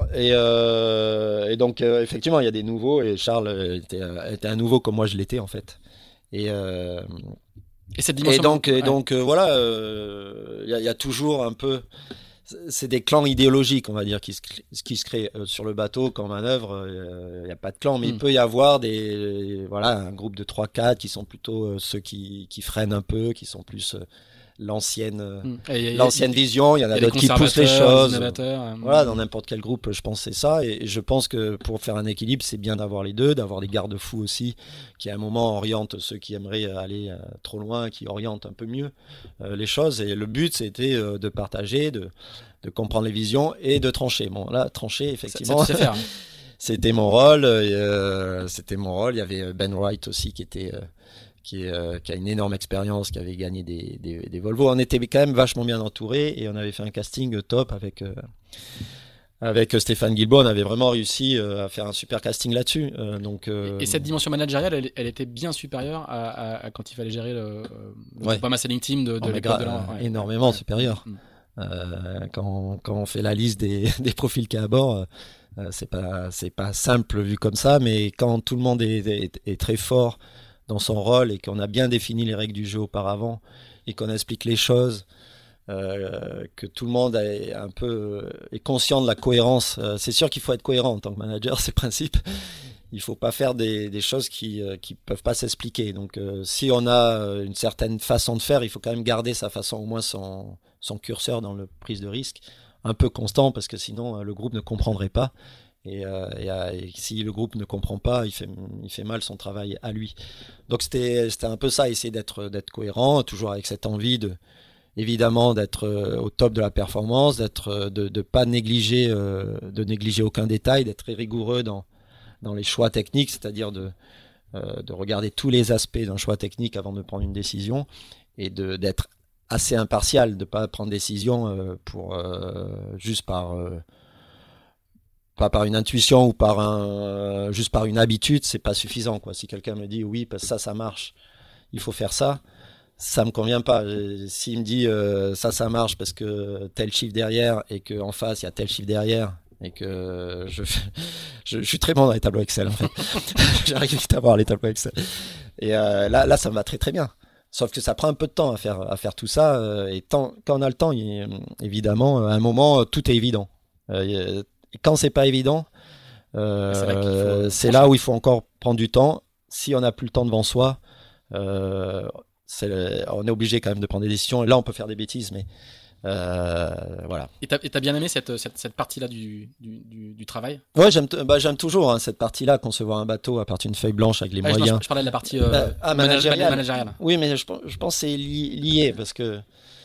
donc effectivement il y a des nouveaux et Charles était un nouveau comme moi je l'étais en fait. Et cette dimension. Donc voilà, il y a toujours un peu, c'est des clans idéologiques on va dire qui se créent sur le bateau quand on manœuvre. Il n'y a pas de clan, mais il peut y avoir un groupe de 3-4 qui sont plutôt ceux qui freinent un peu, qui sont plus l'ancienne vision. Il y en a d'autres qui poussent les choses. Voilà, dans n'importe quel groupe, je pense que c'est ça. Et je pense que pour faire un équilibre, c'est bien d'avoir les deux, d'avoir des garde-fous aussi, qui à un moment orientent ceux qui aimeraient aller trop loin, qui orientent un peu mieux les choses. Et le but, c'était de partager, de comprendre les visions et de trancher. Bon, là, trancher, effectivement. Ça faire, hein. C'était mon rôle. Il y avait Ben Wright aussi qui a une énorme expérience, qui avait gagné des Volvo. On était quand même vachement bien entourés et on avait fait un casting top avec Stéphane Guilbault. On avait vraiment réussi à faire un super casting là-dessus. Et cette dimension managériale, elle était bien supérieure à quand il fallait gérer le Groupama Sailing Team de l'époque de l'an. Énormément supérieure. Quand on fait la liste des profils qu'il y a à bord, c'est pas simple vu comme ça, mais quand tout le monde est très fort dans son rôle et qu'on a bien défini les règles du jeu auparavant et qu'on explique les choses, que tout le monde est conscient de la cohérence. C'est sûr qu'il faut être cohérent en tant que manager, c'est le principe. il faut pas faire des choses qui peuvent pas s'expliquer. Donc si on a une certaine façon de faire, il faut quand même garder sa façon, au moins son curseur dans la prise de risque, un peu constant, parce que sinon le groupe ne comprendrait pas. Et si le groupe ne comprend pas, il fait mal son travail à lui. Donc c'était un peu ça, essayer d'être cohérent, toujours avec cette envie évidemment d'être au top de la performance, de pas négliger aucun détail, d'être très rigoureux dans les choix techniques, c'est-à-dire de regarder tous les aspects d'un choix technique avant de prendre une décision, et d'être assez impartial, de pas prendre décision juste pas par une intuition ou juste par une habitude. C'est pas suffisant, quoi. Si quelqu'un me dit oui, parce que ça marche, il faut faire ça, ça me convient pas. S'il me dit ça marche parce que tel chiffre derrière, et qu'en face il y a tel chiffre derrière, et que je suis très bon dans les tableaux Excel, en fait. J'arrive vite à voir les tableaux Excel. Et là ça me va très très bien. Sauf que ça prend un peu de temps à faire tout ça, et quand on a le temps, évidemment, à un moment tout est évident. Et quand c'est pas évident, c'est là où il faut encore prendre du temps. Si on n'a plus le temps devant soi, on est obligé quand même de prendre des décisions. Et là, on peut faire des bêtises, mais voilà. Et t'as bien aimé cette partie-là du travail? Ouais, j'aime toujours cette partie-là, concevoir un bateau à partir d'une feuille blanche avec les moyens. Je parlais de la partie managériale. Oui, mais je pense que c'est lié, parce que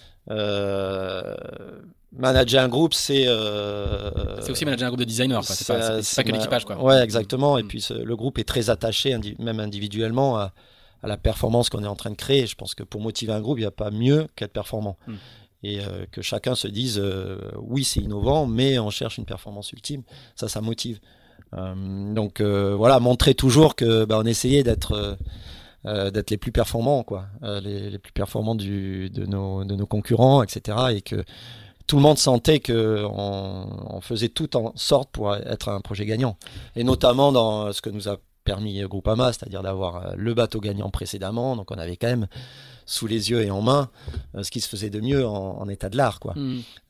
manager un groupe, c'est aussi manager un groupe de designers, quoi. C'est pas que l'équipage, quoi. Ouais, exactement. Et puis le groupe est très attaché, même individuellement, à la performance qu'on est en train de créer. Je pense que pour motiver un groupe, il n'y a pas mieux qu'être performant. Et que chacun se dise oui, c'est innovant, mais on cherche une performance ultime. Ça motive. Donc voilà, montrer toujours que on essayait d'être les plus performants, quoi, les plus performants de nos concurrents, etc. Et que tout le monde sentait qu'on faisait tout en sorte pour être un projet gagnant. Et notamment dans ce que nous a permis Groupama, c'est-à-dire d'avoir le bateau gagnant précédemment. Donc on avait quand même sous les yeux et en main ce qui se faisait de mieux en état de l'art, quoi.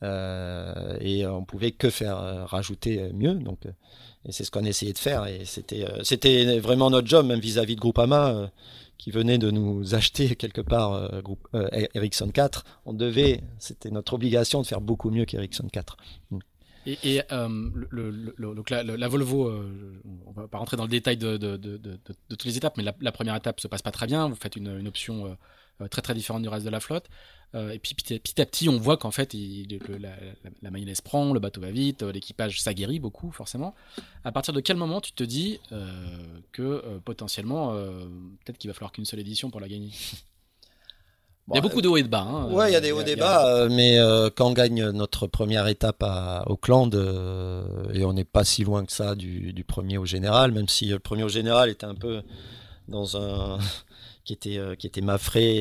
Et on pouvait que faire rajouter mieux. Donc, et c'est ce qu'on essayait de faire. Et c'était vraiment notre job, même vis-à-vis de Groupama, qui venait de nous acheter quelque part Ericsson 4. C'était notre obligation de faire beaucoup mieux qu'Ericsson 4. Et donc la Volvo, on va pas rentrer dans le détail de toutes les étapes, mais la première étape se passe pas très bien. Vous faites une option très très différente du reste de la flotte. Et puis petit à petit, on voit qu'en fait, la mayonnaise prend, le bateau va vite, l'équipage s'aguerrit beaucoup, forcément. À partir de quel moment tu te dis que potentiellement, peut-être qu'il va falloir qu'une seule édition pour la gagner? Il y a beaucoup de hauts et de bas. Ouais, il y a des hauts et des bas, mais quand on gagne notre première étape à Auckland, et on n'est pas si loin que ça du premier au général, même si le premier au général était un peu dans un qui était mafré.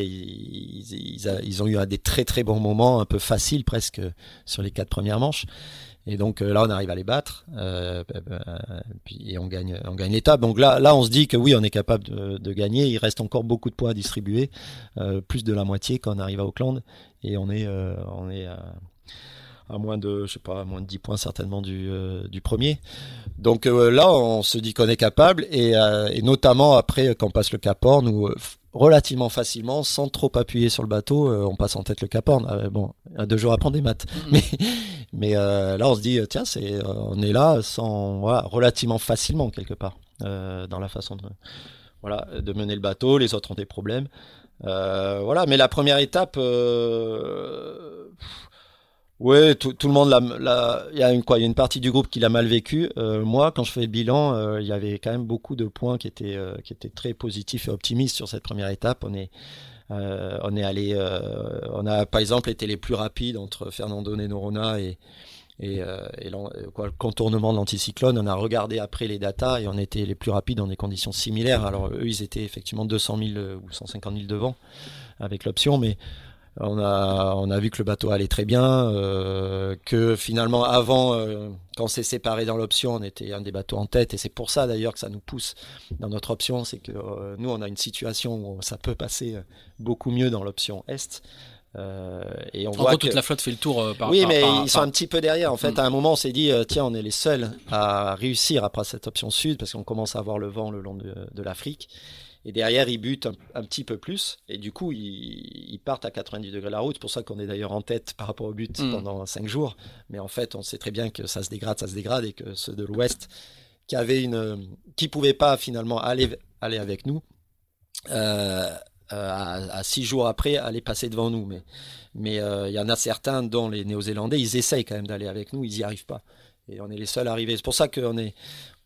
Ils ont eu des très très bons moments, un peu faciles presque sur les 4 premières manches. Et donc là, on arrive à les battre, et on gagne l'étape. Donc là, on se dit que oui, on est capable de gagner. Il reste encore beaucoup de points à distribuer, plus de la moitié quand on arrive à Auckland, et on est à moins de 10 points certainement du premier. Donc là, on se dit qu'on est capable, et notamment après, quand on passe le Cap Horn, où relativement facilement, sans trop appuyer sur le bateau, on passe en tête le Cap Horn. Bon, 2 jours après, des maths. Mais là, on se dit, tiens, on est là relativement facilement quelque part, dans la façon de mener le bateau. Les autres ont des problèmes. Mais la première étape, ouais, tout le monde il y a une partie du groupe qui l'a mal vécu. Moi, quand je fais le bilan, il y avait quand même beaucoup de points qui étaient très positifs et optimistes sur cette première étape. On a par exemple été les plus rapides entre Fernando Noronha et le contournement de l'anticyclone. On a regardé après les datas et on était les plus rapides dans des conditions similaires. Alors eux, ils étaient effectivement 200 000 ou 150 000 devant avec l'option, mais on a vu que le bateau allait très bien, que finalement avant, quand on s'est séparé dans l'option, on était un des bateaux en tête, et c'est pour ça d'ailleurs que ça nous pousse dans notre option. C'est que nous, on a une situation où ça peut passer beaucoup mieux dans l'option Est, Et on En voit gros, que toute la flotte fait le tour ils sont un petit peu derrière. En fait, à un moment, on s'est dit, tiens, on est les seuls à réussir après cette option sud parce qu'on commence à avoir le vent le long de l'Afrique. Et derrière, ils butent un petit peu plus. Et du coup, ils partent à 90 degrés la route. C'est pour ça qu'on est d'ailleurs en tête par rapport au but pendant 5 jours. Mais en fait, on sait très bien que ça se dégrade. Et que ceux de l'Ouest, qui pouvaient pas finalement aller avec nous, à 6 jours après, aller passer devant nous. Mais y en a certains, dont les Néo-Zélandais, ils essayent quand même d'aller avec nous, ils n'y arrivent pas. Et on est les seuls à arriver. C'est pour ça qu'on est,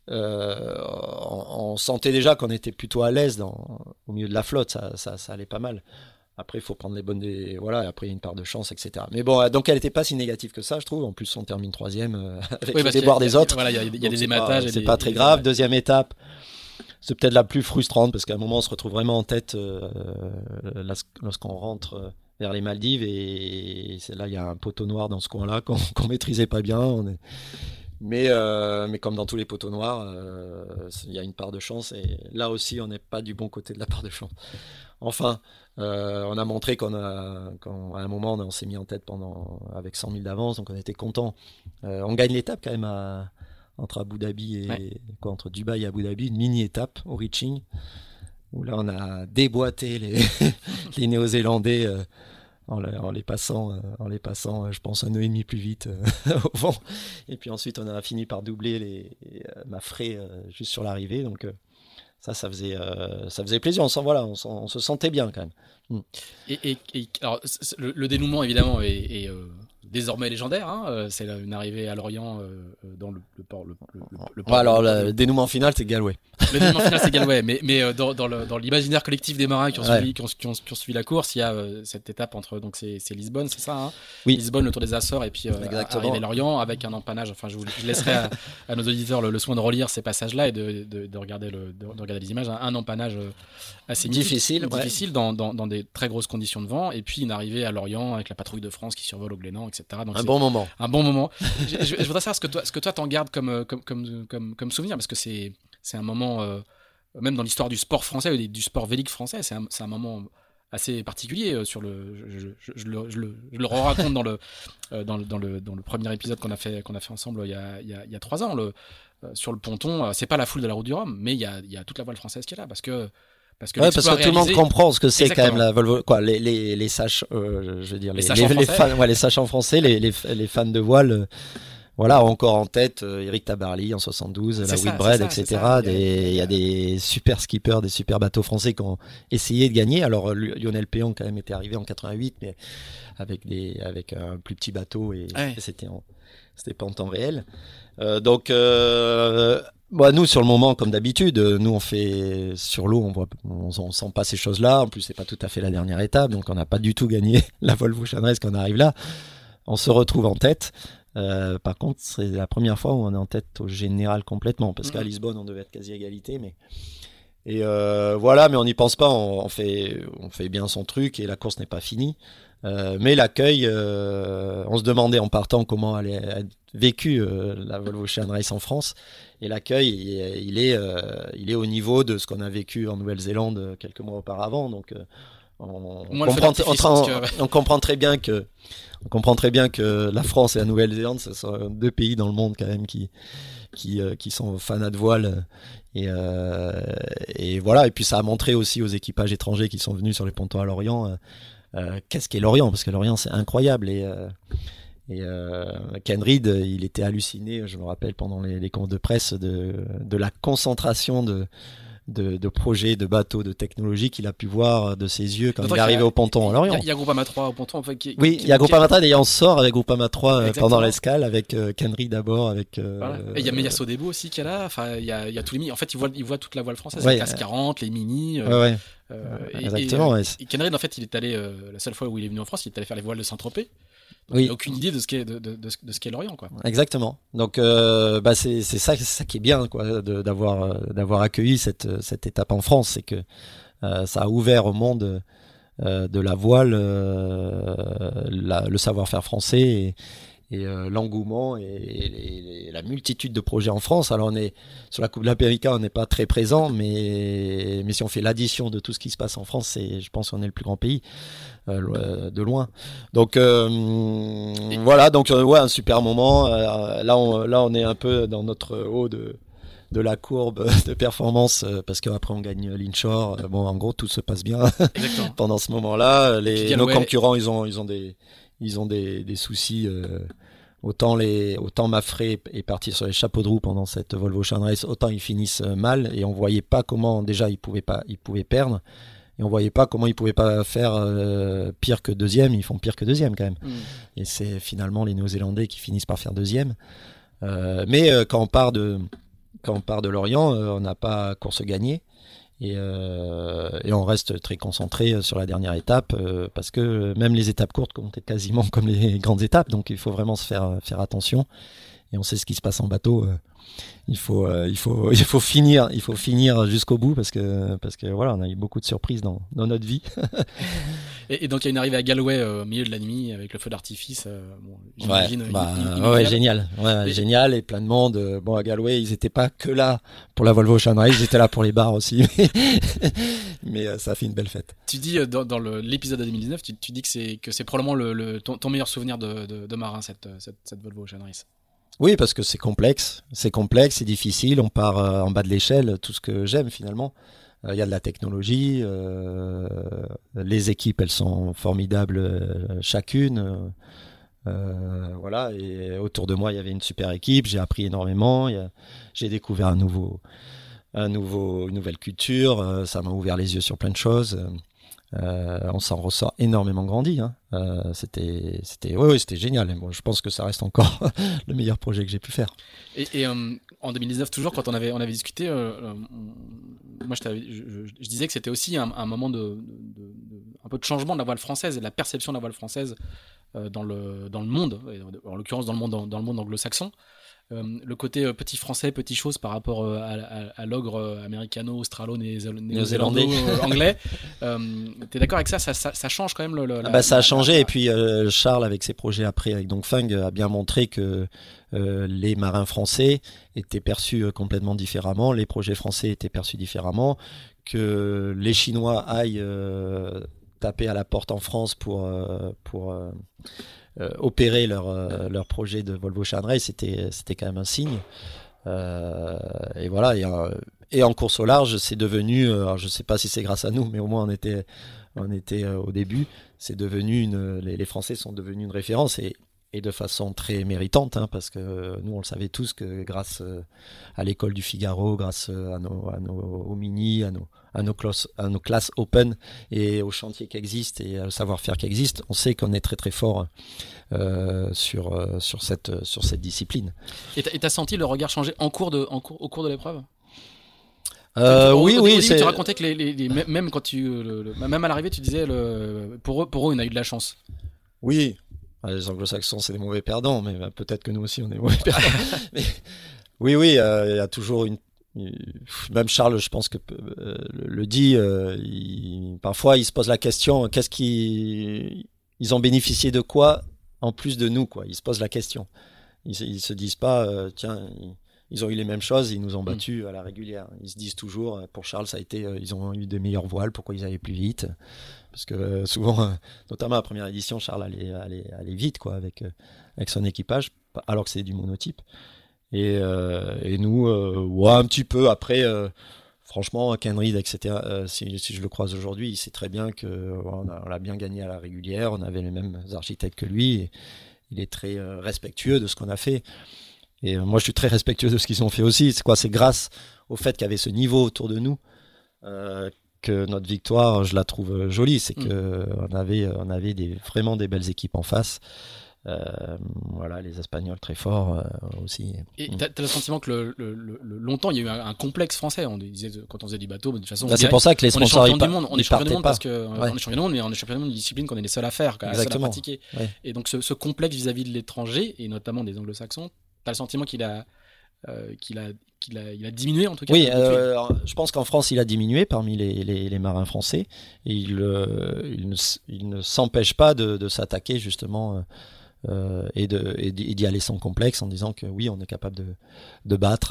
on sentait déjà qu'on était plutôt à l'aise au milieu de la flotte, ça allait pas mal. Après, il faut prendre les bonnes voilà, après il y a une part de chance, etc. Mais bon, donc elle n'était pas si négative que ça, je trouve. En plus, on termine 3e avec le déboire des autres. Voilà, il y a des ématages. C'est pas très grave. Deuxième étape, c'est peut-être la plus frustrante parce qu'à un moment, on se retrouve vraiment en tête lorsqu'on rentre vers les Maldives et c'est là, il y a un poteau noir dans ce coin-là qu'on maîtrisait pas bien. Mais comme dans tous les poteaux noirs, il y a une part de chance et là aussi, on n'est pas du bon côté de la part de chance. Enfin, on a montré qu'à un moment, on s'est mis en tête avec 100 000 d'avance, donc on était content. On gagne l'étape quand même entre Abu Dhabi entre Dubaï et Abu Dhabi, une mini-étape au reaching, où là on a déboîté les Néo-Zélandais en les passant, je pense, 1 nœud et demi plus vite au vent. Et puis ensuite on a fini par doubler Mafrey juste sur l'arrivée, donc ça faisait plaisir. On se sentait bien quand même. Et alors, le dénouement évidemment est désormais légendaire. C'est une arrivée à Lorient dans le port. Alors le dénouement final, c'est Galway. Le dénouement final, c'est Galway. Mais dans l'imaginaire collectif des marins qui ont suivi la course, il y a cette étape entre c'est Lisbonne, c'est ça. Oui. Lisbonne, le Tour des Açores, et puis arriver à Lorient avec un empannage. Enfin, je laisserai à nos auditeurs le soin de relire ces passages-là et de regarder les images. Un empannage assez difficile dans des très grosses conditions de vent, et puis une arrivée à Lorient avec la patrouille de France qui survole au Glénan, etc. Donc un bon moment. Je voudrais savoir ce que toi t'en gardes comme souvenir, parce que c'est un moment, même dans l'histoire du sport français ou du sport vélique français, c'est un moment assez particulier. Je le raconte dans le premier épisode qu'on a fait ensemble il y a 3 ans. Sur le ponton, c'est pas la foule de la Route du Rhum, mais il y a toute la voile française qui est là, parce que tout le monde comprend ce que c'est. Exactement. Quand même la Volvo, les sages, je veux dire les fans, les sages en français, les fans de voile, voilà, encore en tête Eric Tabarly en 72, la Whitbread, etc. Il y a des super skippers, des super bateaux français qui ont essayé de gagner. Alors Lionel Péon quand même était arrivé en 88, mais avec un plus petit bateau et c'était pas en temps réel. Nous, sur le moment, comme d'habitude, nous on fait sur l'eau, on sent pas ces choses-là. En plus, c'est pas tout à fait la dernière étape, donc on n'a pas du tout gagné la Volvo Chanraise quand on arrive là. On se retrouve en tête. Par contre, c'est la première fois où on est en tête au général complètement, parce qu'à Lisbonne, on devait être quasi égalité, mais mais on n'y pense pas. On fait bien son truc et la course n'est pas finie. Mais l'accueil, on se demandait en partant comment allait être vécu la Volvo Ocean Race en France, et l'accueil il est au niveau de ce qu'on a vécu en Nouvelle-Zélande quelques mois auparavant, donc on comprend très bien que la France et la Nouvelle-Zélande, ce sont 2 pays dans le monde quand même qui sont fanats de voile, et voilà. Et puis ça a montré aussi aux équipages étrangers qui sont venus sur les pontons à Lorient qu'est-ce qu'est Lorient, parce que Lorient c'est incroyable, et Ken Reed, il était halluciné, je me rappelle, pendant les confs de presse de la concentration de projets, de bateaux, de technologies qu'il a pu voir de ses yeux quand il est arrivé au ponton à Lorient. Il y a Groupama 3 au ponton. Il y a Groupama 3, d'ailleurs on sort avec Groupama 3 pendant l'escale, avec Ken Reed d'abord. Voilà. Et il y a Meilleur Sodebo aussi qui est là. Enfin, il y a tous les mini. En fait, il voit toute la voile française, les CAS 40, les mini. Exactement. Et Ken Reed, en fait, il est allé, la seule fois où il est venu en France, il est allé faire les voiles de Saint-Tropez. Oui. Il n'a aucune idée de ce qu'est Lorient, quoi. Exactement. Donc c'est ça qui est bien, quoi, d'avoir accueilli cette étape en France, c'est que ça a ouvert au monde de la voile le savoir-faire français, l'engouement et la multitude de projets en France. Alors on est sur la Coupe de l'América, on n'est pas très présent, mais si on fait l'addition de tout ce qui se passe en France, je pense qu'on est le plus grand pays de loin. Donc voilà, donc ouais, un super moment. Là on est un peu dans notre haut de la courbe de performance parce qu'après on gagne l'Inshore. Bon, en gros tout se passe bien pendant ce moment-là. Nos concurrents ils ont des soucis. Autant Mafre est parti sur les chapeaux de roue pendant cette Volvo Ocean Race, autant ils finissent mal et on voyait pas comment déjà ils pouvaient perdre et on voyait pas comment ils pouvaient pas faire pire que deuxième. Ils font pire que deuxième quand même. Et c'est finalement les Néo-Zélandais qui finissent par faire deuxième. Mais quand on part de Lorient, on n'a pas course gagnée. Et on reste très concentré sur la dernière étape parce que même les étapes courtes comptent quasiment comme les grandes étapes, donc il faut vraiment se faire attention. Et on sait ce qui se passe en bateau. Il faut finir jusqu'au bout parce que voilà, on a eu beaucoup de surprises dans notre vie. Et donc il y a une arrivée à Galway au milieu de la nuit avec le feu d'artifice. Génial. Génial et plein de monde. Bon, à Galway, ils étaient pas que là pour la Volvo Ocean Race, ils étaient là pour les bars aussi. Mais ça a fait une belle fête. Tu dis dans l'épisode de 2019, tu dis que c'est probablement ton meilleur souvenir de marin cette Volvo Ocean Race. Oui, parce que c'est complexe, c'est difficile, on part en bas de l'échelle, tout ce que j'aime finalement. Il y a de la technologie, les équipes elles sont formidables chacune. Voilà, et autour de moi il y avait une super équipe, j'ai appris énormément, j'ai découvert une nouvelle culture, ça m'a ouvert les yeux sur plein de choses. On s'en ressort énormément grandi. C'était génial. Bon, je pense que ça reste encore le meilleur projet que j'ai pu faire. Et en 2019, toujours quand on avait discuté, moi je disais que c'était aussi un moment un peu de changement de la voile française et de la perception de la voile française dans le monde, en l'occurrence dans le monde anglo-saxon. Le côté petit français, petit chose par rapport à l'ogre américano, australo, néo-zélando, anglais. T'es d'accord avec ça, ça change quand même ça a changé et puis Charles avec ses projets après avec Dongfeng a bien montré que les marins français étaient perçus complètement différemment, les projets français étaient perçus différemment, que les Chinois aillent taper à la porte en France pour opérer leur projet de Volvo Ocean Race, c'était quand même un signe. Et voilà, et en course au large, c'est devenu, alors je sais pas si c'est grâce à nous, mais au moins on était au début, c'est devenu les Français sont devenus une référence et de façon très méritante, parce que nous on le savait tous que grâce à l'école du Figaro, grâce aux mini, à nos classes open et aux chantiers qui existent et au savoir-faire qui existe, on sait qu'on est très très fort sur cette discipline. Et t'as senti le regard changer au cours de l'épreuve? Oui. Tu racontais que même quand même à l'arrivée, tu disais pour eux, on a eu de la chance. Oui. Les anglo-saxons, c'est des mauvais perdants, mais peut-être que nous aussi, on est mauvais perdants. Mais, oui, il y a toujours même Charles, je pense que le dit, parfois il se pose la question, ils ont bénéficié de quoi en plus de nous, quoi. Ils se posent la question. Ils se disent pas, tiens, ils ont eu les mêmes choses, ils nous ont battus à la régulière. Ils se disent toujours, pour Charles, ça a été, ils ont eu des meilleures voiles, pourquoi ils allaient plus vite? Parce que souvent, notamment à la première édition, Charles allait vite, quoi, avec son équipage, alors que c'est du monotype. Et nous, un petit peu après, franchement, Ken Reed, etc. Si je le croise aujourd'hui, il sait très bien que on l'a bien gagné à la régulière. On avait les mêmes architectes que lui. Et il est très respectueux de ce qu'on a fait. Et moi, je suis très respectueux de ce qu'ils ont fait aussi. C'est grâce au fait qu'il y avait ce niveau autour de nous que notre victoire, je la trouve jolie. C'est que on avait vraiment des belles équipes en face. Voilà, les Espagnols très forts aussi. Et t'as le sentiment que longtemps il y a eu un complexe français. On disait quand on faisait du bateau, de toute façon. C'est pour ça que les sponsors on est champion du monde parce que on est champion du monde, mais on est champion du monde d'une discipline qu'on est les seuls à faire, les seuls à pratiquer. Ouais. Et donc ce complexe vis-à-vis de l'étranger et notamment des Anglo-Saxons, t'as le sentiment qu'il a diminué en tout cas. Oui, je pense qu'en France il a diminué parmi les marins français et il ne s'empêche pas de s'attaquer justement et d'y aller sans complexe en disant que oui, on est capable de battre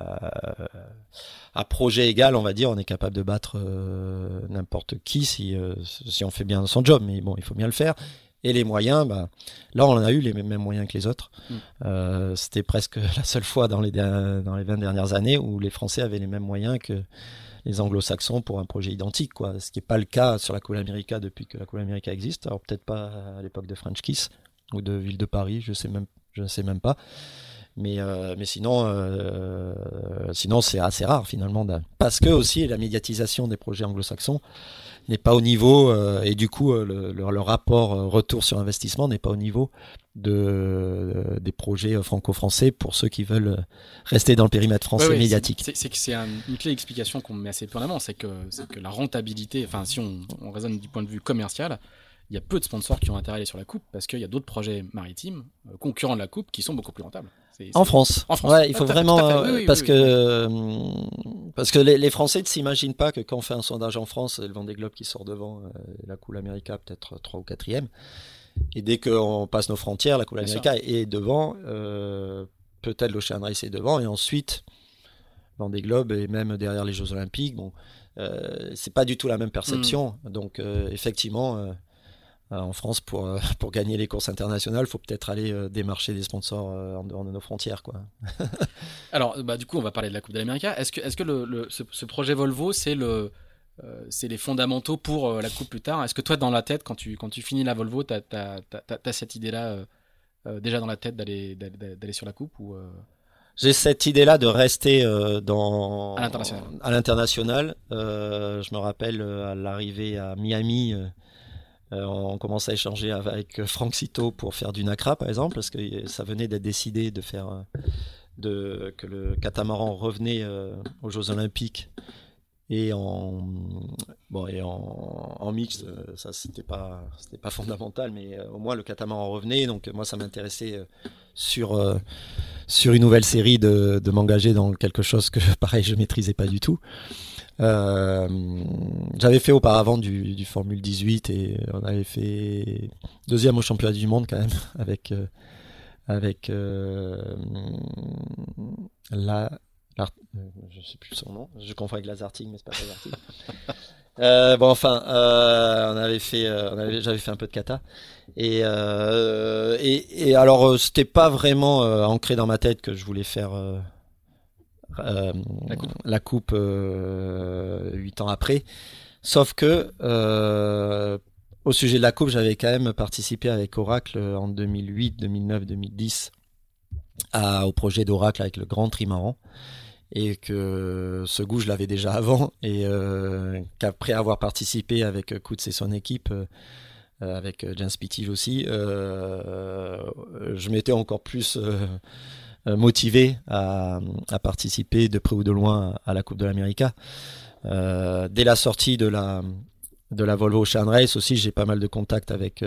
à projet égal, on va dire, on est capable de battre n'importe qui si on fait bien son job, mais bon, il faut bien le faire. Et les moyens, là on a eu les mêmes moyens que les autres. C'était presque la seule fois dans les 20 dernières années où les Français avaient les mêmes moyens que les Anglo-Saxons pour un projet identique, quoi. Ce qui n'est pas le cas sur la Copa América depuis que la Copa América existe. Alors peut-être pas à l'époque de French Kiss ou de Ville de Paris, je sais même pas. Mais sinon c'est assez rare finalement, parce que aussi la médiatisation des projets anglo-saxons n'est pas au niveau et du coup le rapport retour sur investissement n'est pas au niveau des projets franco-français pour ceux qui veulent rester dans le périmètre français médiatique. C'est une clé d'explication qu'on met assez peu en avant, c'est que la rentabilité, enfin si on raisonne du point de vue commercial, il y a peu de sponsors qui ont intérêt à aller sur la coupe parce qu'il y a d'autres projets maritimes concurrents de la coupe qui sont beaucoup plus rentables. En France. Ouais, il faut vraiment parce que les Français ne s'imaginent pas que quand on fait un sondage en France, le Vendée Globe qui sort devant, la Copa América peut-être 3 ou 4e, et dès qu'on passe nos frontières, la Copa América est devant, peut-être l'Ocean Race est devant, et ensuite Vendée Globe et même derrière les Jeux Olympiques. Bon, c'est pas du tout la même perception. Donc effectivement. En France, pour gagner les courses internationales, il faut peut-être aller démarcher des sponsors en dehors de nos frontières, quoi. Alors, du coup, on va parler de la Coupe de l'Amérique. Est-ce que ce projet Volvo, c'est les fondamentaux pour la Coupe plus tard? Est-ce que toi, dans la tête, quand tu finis la Volvo, t'as cette idée-là déjà dans la tête d'aller sur la Coupe ou J'ai cette idée-là de rester à l'international. Je me rappelle à l'arrivée à Miami. On commence à échanger avec Franck Citeau pour faire du NACRA par exemple, parce que ça venait d'être décidé de faire que le catamaran revenait aux Jeux Olympiques et en mixte, ça c'était pas fondamental, mais au moins le catamaran revenait. Donc moi ça m'intéressait sur une nouvelle série de m'engager dans quelque chose que pareil je maîtrisais pas du tout. J'avais fait auparavant du Formule 18 et on avait fait 2e au championnat du monde quand même avec je sais plus son nom, je confonds avec Lazartig, mais c'est pas Lazartig. J'avais fait un peu de kata et alors c'était pas vraiment ancré dans ma tête que je voulais faire la coupe 8 ans après, sauf que au sujet de la coupe, j'avais quand même participé avec Oracle en 2008, 2009, 2010 au projet d'Oracle avec le Grand Trimaran, et que ce goût je l'avais déjà avant, et qu'après avoir participé avec Coutts et son équipe, avec Jens Pittig aussi, je m'étais encore plus motivé à participer de près ou de loin à la Coupe de l'Amérique. Dès la sortie de la Volvo Ocean Race aussi, j'ai pas mal de contacts avec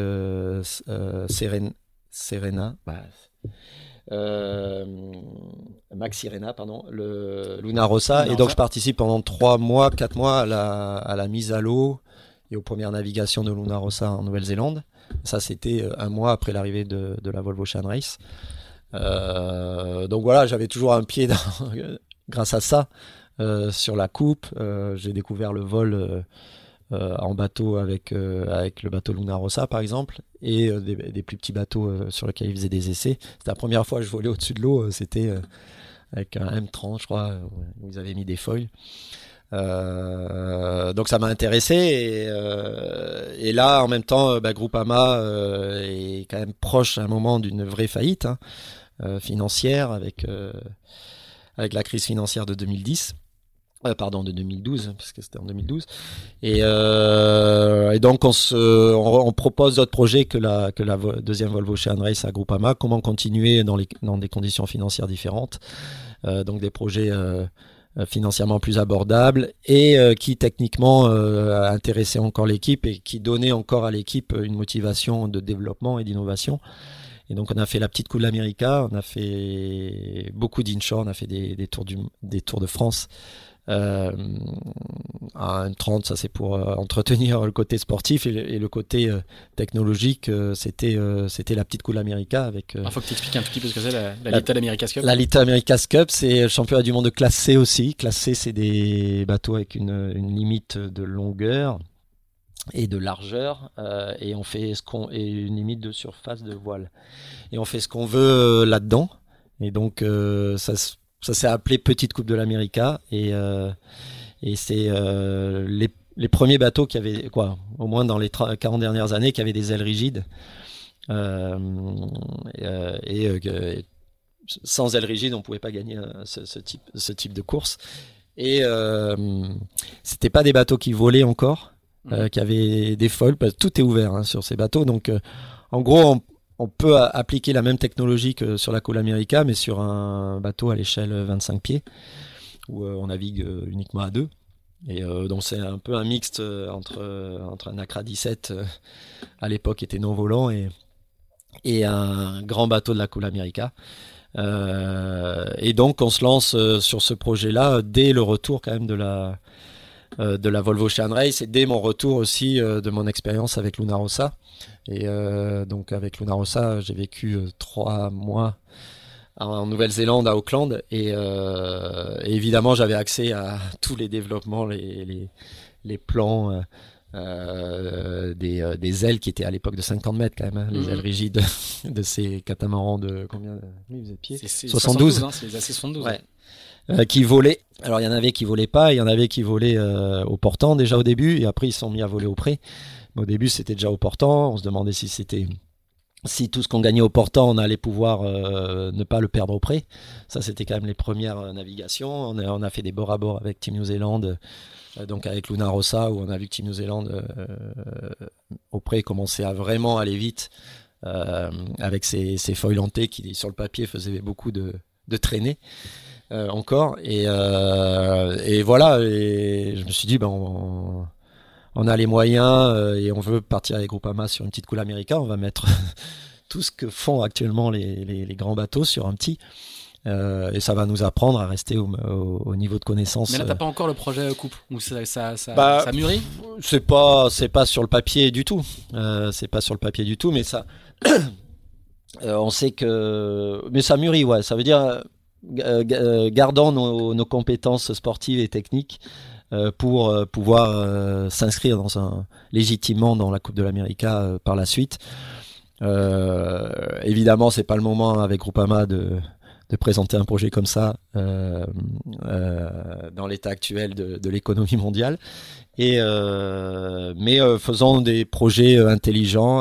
Serena, Max Sirena, pardon, le Luna Rossa, et donc je participe pendant 4 mois à la mise à l'eau et aux premières navigations de Luna Rossa en Nouvelle-Zélande. Ça, c'était 1 mois après l'arrivée de la Volvo Ocean Race. Donc voilà, j'avais toujours un pied grâce à ça sur la coupe. J'ai découvert le vol en bateau avec le bateau Luna Rossa par exemple, et des plus petits bateaux sur lesquels ils faisaient des essais. C'était la première fois que je volais au-dessus de l'eau, c'était avec un M30 je crois, où ils avaient mis des foils. Donc ça m'a intéressé, et là en même temps Groupama est quand même proche à un moment d'une vraie faillite financière avec la crise financière de 2010. De 2012, parce que c'était en 2012. Et donc on propose d'autres projets que la deuxième Volvo Ocean Race à Groupama. Comment continuer dans des conditions financières différentes. Donc des projets financièrement plus abordables et qui techniquement intéressaient encore l'équipe et qui donnaient encore à l'équipe une motivation de développement et d'innovation. Et donc on a fait la petite Coupe de l'Amérique, on a fait beaucoup d'inshore, on a fait des tours de France Un 30, ça c'est pour entretenir le côté sportif et le côté technologique, c'était la petite Cool America avec. Il faut que tu expliques un petit peu ce que c'est la Little America's Cup. La Little America's Cup, c'est le championnat du monde de classe C aussi. Classe C, c'est des bateaux avec une limite de longueur et de largeur, et on fait et une limite de surface de voile. Et on fait ce qu'on veut là-dedans. Et donc ça s'est appelé Petite Coupe de l'América, et c'est les premiers bateaux qui avaient, au moins dans les 40 dernières années, qui avaient des ailes rigides. Sans ailes rigides, on pouvait pas gagner ce type de course. Et c'était pas des bateaux qui volaient encore, qui avaient des foils, parce que tout est ouvert sur ces bateaux. Donc en gros, on peut appliquer la même technologie que sur la Cool America, mais sur un bateau à l'échelle 25 pieds, où on navigue uniquement à deux. Et donc c'est un peu un mixte entre un Accra 17 à l'époque qui était non volant et un grand bateau de la Cool America. Et donc on se lance sur ce projet-là dès le retour quand même de la Volvo Ocean Race, et dès mon retour aussi de mon expérience avec Luna Rossa. Et donc avec Luna Rossa, j'ai vécu 3 mois en Nouvelle-Zélande, à Auckland, et évidemment j'avais accès à tous les développements, les plans des ailes qui étaient à l'époque de 50 mètres quand même, les ailes rigides de ces catamarans de combien de pieds, c'est 72, c'est les AC72. Ouais. Qui volaient. Alors il y en avait qui volaient pas, il y en avait qui volaient au portant déjà au début, et après ils se sont mis à voler au pré. Mais au début c'était déjà au portant. On se demandait si tout ce qu'on gagnait au portant, on allait pouvoir ne pas le perdre au pré. Ça c'était quand même les premières navigations. On a fait des bord à bord avec Team New Zealand, donc avec Luna Rossa, où on a vu que Team New Zealand au pré commençait à vraiment aller vite, avec ses foils lentés qui sur le papier faisaient beaucoup de traînées. Encore, et voilà, et je me suis dit on a les moyens, et on veut partir avec Groupama sur une petite Cool America, on va mettre tout ce que font actuellement les grands bateaux sur un petit, et ça va nous apprendre à rester au niveau de connaissance. Mais là t'as pas encore le projet couple, ou ça mûrit? C'est pas sur le papier du tout, c'est pas sur le papier du tout, mais ça on sait que, mais ça mûrit, ouais, ça veut dire gardant nos compétences sportives et techniques pour pouvoir s'inscrire légitimement dans la Coupe de l'América par la suite. Évidemment, c'est pas le moment avec Groupama de présenter un projet comme ça dans l'état actuel de l'économie mondiale. Mais faisons des projets intelligents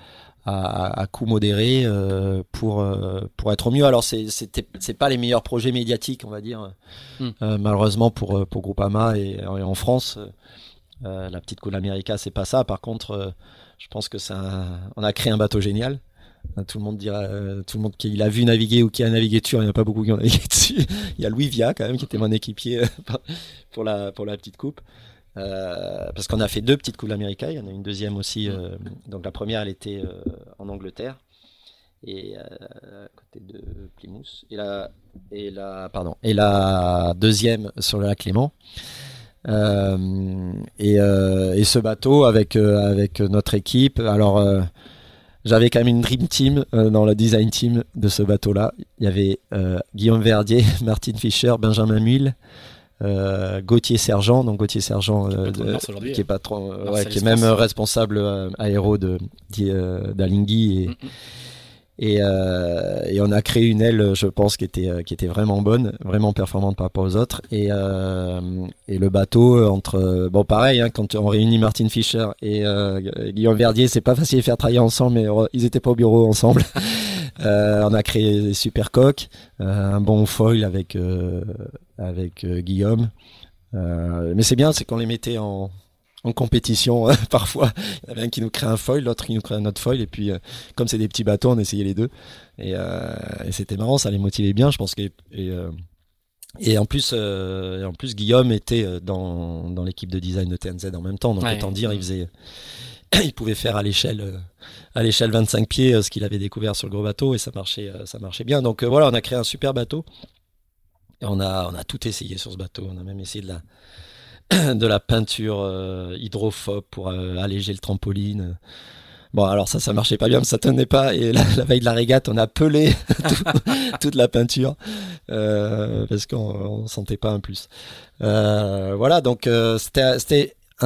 à coût modéré pour être au mieux. Alors c'est pas les meilleurs projets médiatiques, on va dire, malheureusement pour Groupama et en France. La petite Cool America, c'est pas ça. Par contre, je pense que on a créé un bateau génial. Tout le monde dira, tout le monde qui l'a vu naviguer ou qui a navigué dessus, il n'y en a pas beaucoup qui ont navigué dessus. Il y a Louis Via quand même qui était mon équipier pour la petite coupe. Parce qu'on a fait 2 petites Cool America, il y en a une deuxième aussi. Donc la première, elle était en Angleterre, et à côté de Plymouth, et la deuxième sur le lac Léman. Et ce bateau avec notre équipe. Alors j'avais quand même une dream team dans la design team de ce bateau-là. Il y avait Guillaume Verdier, Martin Fischer, Benjamin Muil, Gauthier Sergent, qui est patron, qui est même responsable aéro d'Alinghi, et on a créé une aile, je pense, qui était vraiment bonne, vraiment performante par rapport aux autres, et le bateau pareil, quand on réunit Martin Fischer et Guillaume Verdier, c'est pas facile de faire travailler ensemble, mais ils étaient pas au bureau ensemble. On a créé des super coques, un bon foil avec Guillaume, mais c'est bien, c'est qu'on les mettait en compétition parfois. Il y en avait un qui nous crée un foil, l'autre qui nous crée un autre foil, et puis comme c'est des petits bateaux, on essayait les deux, et c'était marrant, ça les motivait bien, je pense que et en plus Guillaume était dans l'équipe de design de TNZ en même temps, donc autant dire il pouvait faire à l'échelle 25 pieds ce qu'il avait découvert sur le gros bateau, et ça marchait bien. Donc voilà, on a créé un super bateau Et on a tout essayé sur ce bateau. On a même essayé de la peinture hydrophobe pour alléger le trampoline. Bon, alors ça marchait pas bien, ça tenait pas. Et la veille de la régate, on a pelé toute la peinture parce qu'on sentait pas un plus. Voilà, donc c'était un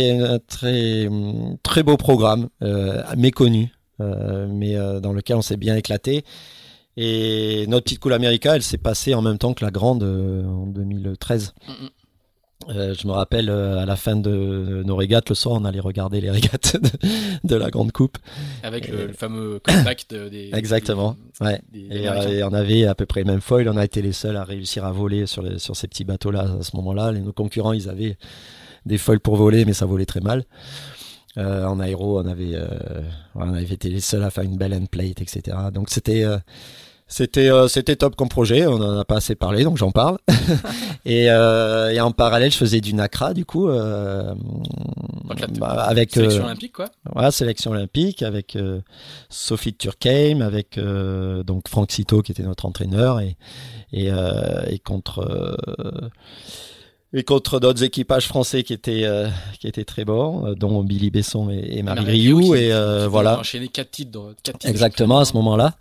très beau programme, méconnu, mais dans lequel on s'est bien éclaté. Et notre petite Cool America, elle s'est passée en même temps que la grande en 2013. Je me rappelle à la fin de nos régates, le soir, on allait regarder les régates de la grande coupe. Avec le fameux comeback exactement. Et on avait à peu près le même foil. On a été les seuls à réussir à voler sur ces petits bateaux-là à ce moment-là. Nos concurrents, ils avaient des foils pour voler, mais ça volait très mal. En aéro, on avait été les seuls à faire une belle end plate, etc. Donc c'était top comme projet. On en a pas assez parlé, donc j'en parle. et en parallèle, je faisais du NACRA, du coup, avec sélection olympique, quoi. Voilà, sélection olympique avec Sophie Turkheim, avec donc Franck Citeau qui était notre entraîneur et contre d'autres équipages français qui étaient très bons, dont Billy Besson et Marie Rioux, et voilà. Enchaîné 4 titres. Exactement, à ce moment-là.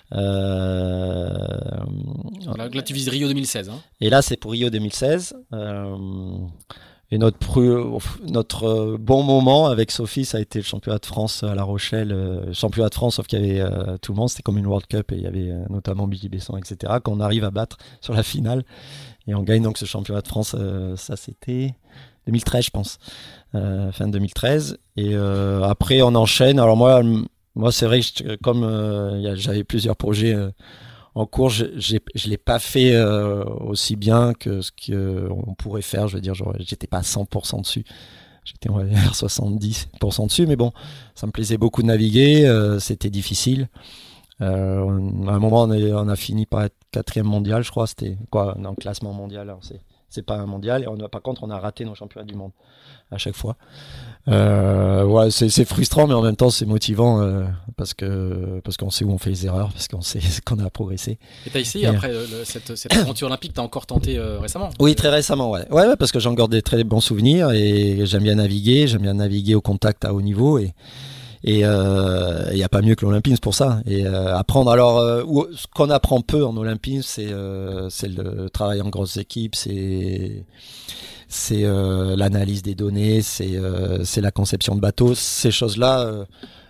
Là, tu vises Rio 2016. Hein. Et là, c'est pour Rio 2016. Et notre bon moment avec Sophie, ça a été le championnat de France à La Rochelle. Championnat de France, sauf qu'il y avait tout le monde. C'était comme une World Cup et il y avait notamment Billy Besson, etc. Qu'on arrive à battre sur la finale. Et on gagne donc ce championnat de France. Ça, c'était 2013, je pense. Fin 2013. Et après, on enchaîne. Alors moi, c'est vrai que comme j'avais plusieurs projets en cours, je l'ai pas fait aussi bien que ce qu'on pourrait faire. Je veux dire, j'étais pas à 100% dessus. J'étais, on va dire, 70% dessus. Mais bon, ça me plaisait beaucoup de naviguer. C'était difficile. À un moment, on a fini par être 4e mondial, je crois. C'était quoi, dans le classement mondial. Alors c'est pas un mondial. Et par contre, on a raté nos championnats du monde à chaque fois. Ouais, c'est frustrant, mais en même temps c'est motivant parce qu'on sait où on fait les erreurs, parce qu'on sait qu'on a progressé. Et t'as essayé après cette aventure olympique, t'as encore tenté récemment? Oui, très récemment, ouais, parce que j'en garde des très bons souvenirs et j'aime bien naviguer au contact à haut niveau et il y a pas mieux que l'Olympine pour ça. Et apprendre, alors ce qu'on apprend peu en Olympine, c'est le travail en grosses équipes, c'est l'analyse des données, c'est la conception de bateaux, ces choses-là,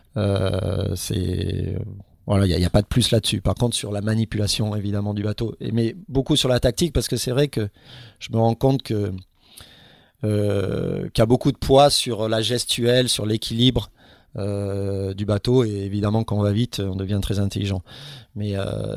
voilà, il y a pas de plus là-dessus. Par contre, sur la manipulation évidemment du bateau, mais beaucoup sur la tactique, parce que c'est vrai que je me rends compte qu'il y a beaucoup de poids sur la gestuelle, sur l'équilibre du bateau, et évidemment quand on va vite, on devient très intelligent. Mais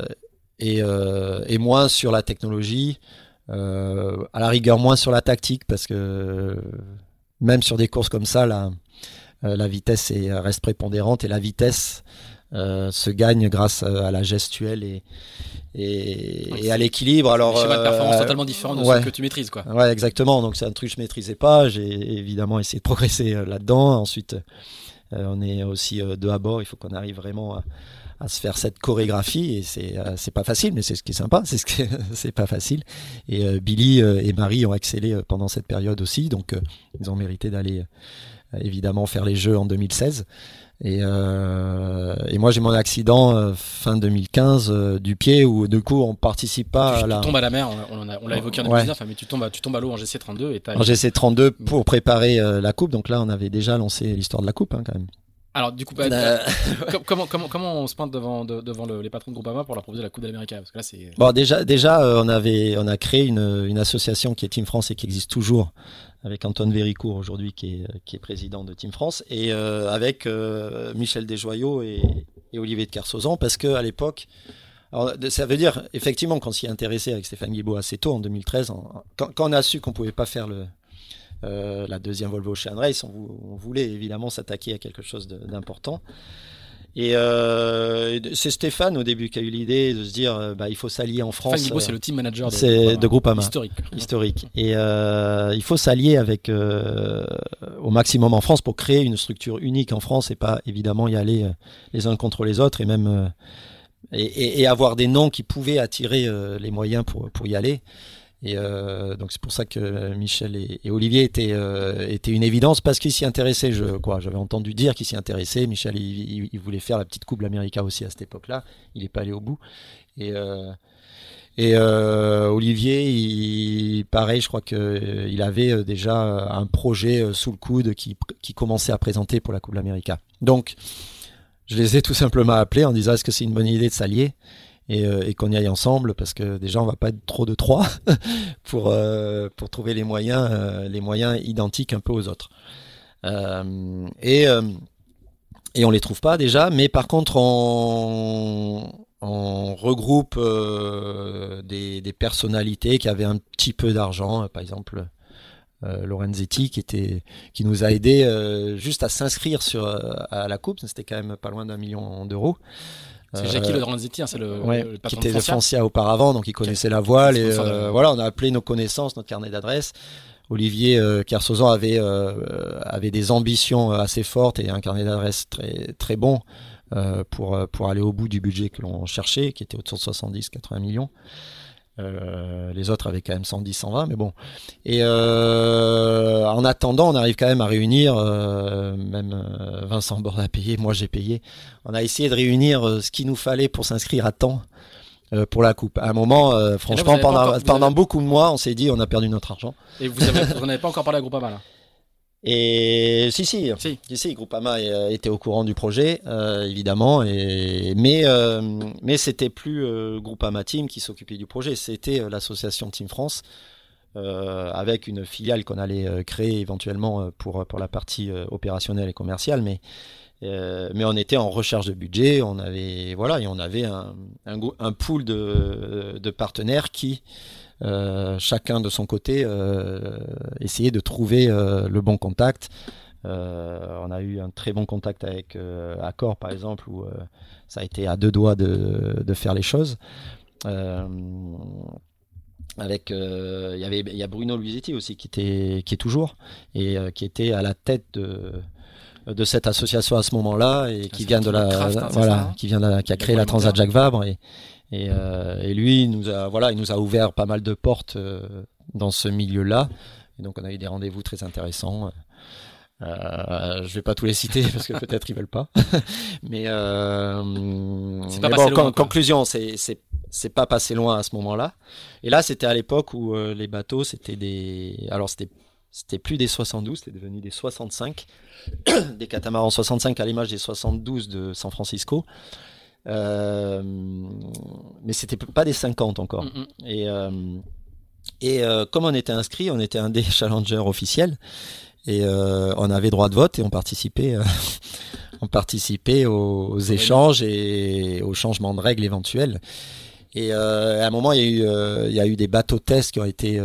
et moins sur la technologie. À la rigueur moins sur la tactique, parce que même sur des courses comme ça, la vitesse reste prépondérante, et la vitesse se gagne grâce à la gestuelle et à l'équilibre. Alors des schémas de performance totalement différents de ceux que tu maîtrises, quoi. Ouais, exactement. Donc c'est un truc que je maîtrisais pas. J'ai évidemment essayé de progresser là-dedans. Ensuite, on est aussi deux à bord. Il faut qu'on arrive vraiment à se faire cette chorégraphie, et c'est pas facile, mais c'est ce qui est sympa, c'est pas facile. Et Billy et Marie ont excellé pendant cette période aussi, donc ils ont mérité d'aller évidemment faire les Jeux en 2016. Et moi j'ai mon accident fin 2015 du pied, où du coup on participe pas tu tombes à la mer, on l'a évoqué en 2019, mais tu tombes à l'eau en GC32 et en GC32 pour préparer la coupe. Donc là on avait déjà lancé l'histoire de la coupe, hein, quand même. Alors du coup, comment on se pointe devant les patrons de Groupama pour leur proposer la Coupe de l'Amérique? Parce que là c'est bon, déjà on a créé une association qui est Team France et qui existe toujours, avec Antoine Véricourt aujourd'hui qui est président de Team France, et avec Michel Desjoyaux et Olivier de Kersauzon, parce que à l'époque, alors, ça veut dire effectivement qu'on s'y est intéressé avec Stéphane Guilbault assez tôt en 2013, quand on a su qu'on pouvait pas faire la deuxième Volvo Ocean Race, on voulait évidemment s'attaquer à quelque chose d'important. Et c'est Stéphane au début qui a eu l'idée de se dire il faut s'allier en France. Stéphane Guilbault, c'est le team manager de Groupama. Historique. Et il faut s'allier avec au maximum en France pour créer une structure unique en France, et pas évidemment y aller les uns contre les autres, et même et avoir des noms qui pouvaient attirer les moyens pour y aller. Et donc c'est pour ça que Michel et Olivier étaient une évidence parce qu'ils s'y intéressaient. J'avais entendu dire qu'ils s'y intéressaient. Michel il voulait faire la petite Coupe de l'América aussi à cette époque-là. Il n'est pas allé au bout. Et Olivier, pareil, je crois que il avait déjà un projet sous le coude qui commençait à présenter pour la Coupe de l'América. Donc je les ai tout simplement appelés en disant est-ce que c'est une bonne idée de s'allier et qu'on y aille ensemble parce que déjà on va pas être trop de trois pour trouver les moyens identiques un peu aux autres et on les trouve pas déjà, mais par contre on regroupe des personnalités qui avaient un petit peu d'argent, par exemple Lorenzetti qui nous a aidé juste à s'inscrire à la coupe. C'était quand même pas loin d'1 million d'euros. C'est Jackie Lorenzetti, c'est le patron qui était de de Foncia auparavant, donc il connaissait la voile. Et voilà, on a appelé nos connaissances, notre carnet d'adresses. Olivier Kersozan avait des ambitions assez fortes et un carnet d'adresses très très bon pour aller au bout du budget que l'on cherchait, qui était autour de 70-80 millions. Les autres avaient quand même 110-120, mais bon. Et en attendant, on arrive quand même à réunir, même Vincent Borde a payé, moi j'ai payé. On a essayé de réunir ce qu'il nous fallait pour s'inscrire à temps pour la coupe. À un moment, franchement, pendant beaucoup de mois, on s'est dit on a perdu notre argent. Et vous n'avez pas encore parlé à Groupama là? Et si, Groupama était au courant du projet, évidemment, mais c'était plus Groupama Team qui s'occupait du projet, c'était l'association Team France, avec une filiale qu'on allait créer éventuellement pour la partie opérationnelle et commerciale, mais on était en recherche de budget, on avait un pool de partenaires qui chacun de son côté essayer de trouver le bon contact. On a eu un très bon contact avec Accor par exemple, où ça a été à deux doigts de faire les choses. Avec il y a Bruno Luisetti aussi qui est toujours et qui était à la tête de cette association à ce moment-là et qui vient qui a créé la Transat Jacques Vabre et lui il nous a ouvert pas mal de portes dans ce milieu-là, et donc on a eu des rendez-vous très intéressants. Je vais pas tous les citer parce que peut-être ils veulent pas, mais conclusion, c'est pas passé loin à ce moment-là. Et là c'était à l'époque où les bateaux c'était plus des 72, c'était devenu des 65 des catamarans 65 à l'image des 72 de San Francisco. Mais c'était pas des 50 encore. Et comme on était inscrit, on était un des challengers officiels et on avait droit de vote et on participait aux échanges et aux changements de règles éventuels. Et à un moment, il y a eu des bateaux tests qui ont été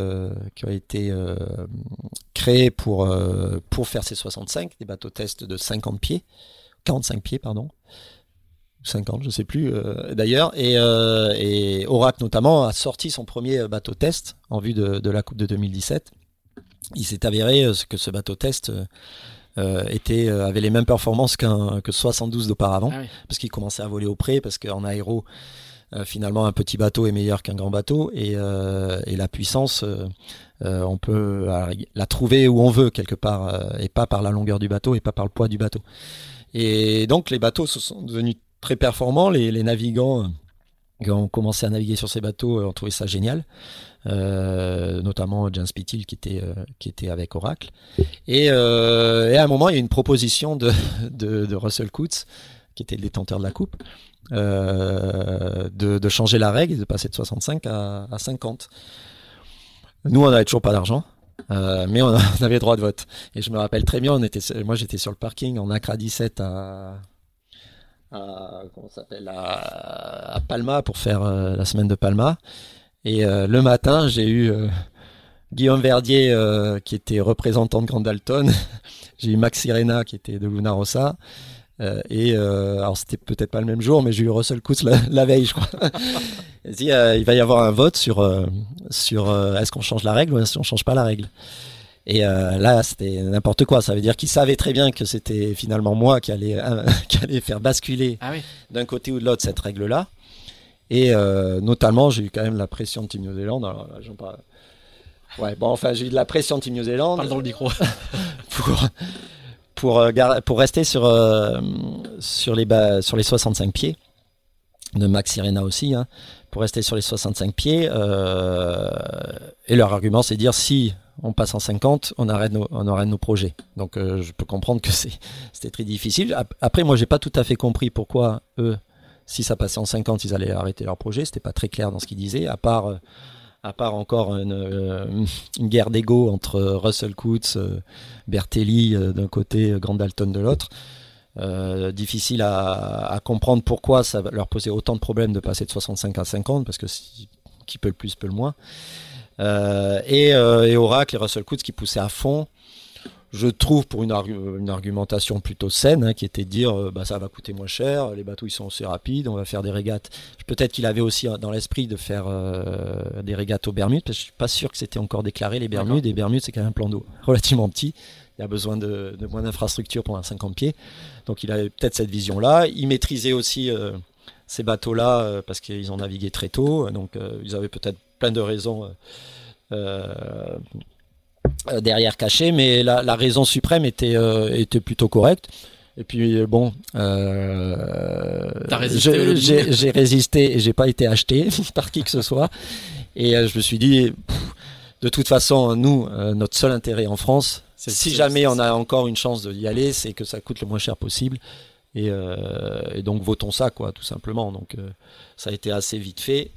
créés pour faire ces 65, des bateaux tests de 45 pieds, pardon. 50, je sais plus d'ailleurs, et Oracle notamment a sorti son premier bateau test en vue de la Coupe de 2017. Il s'est avéré que ce bateau test avait les mêmes performances que 72 d'auparavant, parce qu'il commençait à voler au près, parce qu'en aéro finalement un petit bateau est meilleur qu'un grand bateau, et la puissance on peut la trouver où on veut quelque part, et pas par la longueur du bateau et pas par le poids du bateau. Et donc les bateaux sont devenus très performants. Les navigants qui ont commencé à naviguer sur ces bateaux ont trouvé ça génial, notamment James Pittil qui était avec Oracle. Et à un moment, il y a eu une proposition de Russell Coutts, qui était le détenteur de la coupe, de changer la règle et de passer de 65 à 50. Nous, on n'avait toujours pas d'argent. Mais on avait droit de vote. Et je me rappelle très bien, moi j'étais sur le parking en Accra 17 à Palma pour faire la semaine de Palma. Et le matin, j'ai eu Guillaume Verdier qui était représentant de Grand Dalton. J'ai eu Max Sirena qui était de Luna Rossa. Alors c'était peut-être pas le même jour, mais j'ai eu Russell Coutts la veille, je crois. Il dit il va y avoir un vote sur est-ce qu'on change la règle ou est-ce qu'on change pas la règle. Et là, c'était n'importe quoi. Ça veut dire qu'ils savaient très bien que c'était finalement moi qui allais faire basculer d'un côté ou de l'autre cette règle-là. Et notamment, j'ai eu quand même la pression de Team New Zealand. Alors là, j'en parle. Ouais, bon, enfin, j'ai eu de la pression de Team New Zealand. Parle dans le micro. pour rester sur les 65 pieds de Max Irena aussi, hein, pour rester sur les 65 pieds. Et leur argument, c'est de dire si on passe en 50, on arrête nos projets. Donc, je peux comprendre que c'était très difficile. Après, moi, j'ai pas tout à fait compris pourquoi eux, si ça passait en 50, ils allaient arrêter leur projet. C'était pas très clair dans ce qu'ils disaient, à part encore une guerre d'ego entre Russell Coutts, Bertelli d'un côté, Grant Dalton de l'autre. Difficile à comprendre pourquoi ça leur posait autant de problèmes de passer de 65 à 50, parce que qui peut le plus peut le moins. Et Oracle et Russell Coutts qui poussaient à fond, je trouve, pour une argumentation plutôt saine, hein, qui était de dire ça va coûter moins cher, les bateaux ils sont aussi rapides, on va faire des régates. Peut-être qu'il avait aussi dans l'esprit de faire des régates aux Bermudes, parce que je suis pas sûr que c'était encore déclaré les Bermudes. Les Bermudes, c'est quand même un plan d'eau relativement petit. Il y a besoin de moins d'infrastructures pour un 50 pieds. Donc il avait peut-être cette vision-là. Il maîtrisait aussi ces bateaux-là parce qu'ils ont navigué très tôt. Donc ils avaient peut-être plein de raisons derrière cachées, mais la raison suprême était plutôt correcte. Et puis bon, j'ai résisté et j'ai pas été acheté par qui que ce soit. Et je me suis dit, de toute façon, nous, notre seul intérêt en France, si jamais on a encore une chance d'y aller, c'est que ça coûte le moins cher possible. Et donc votons ça, quoi, tout simplement. Donc ça a été assez vite fait.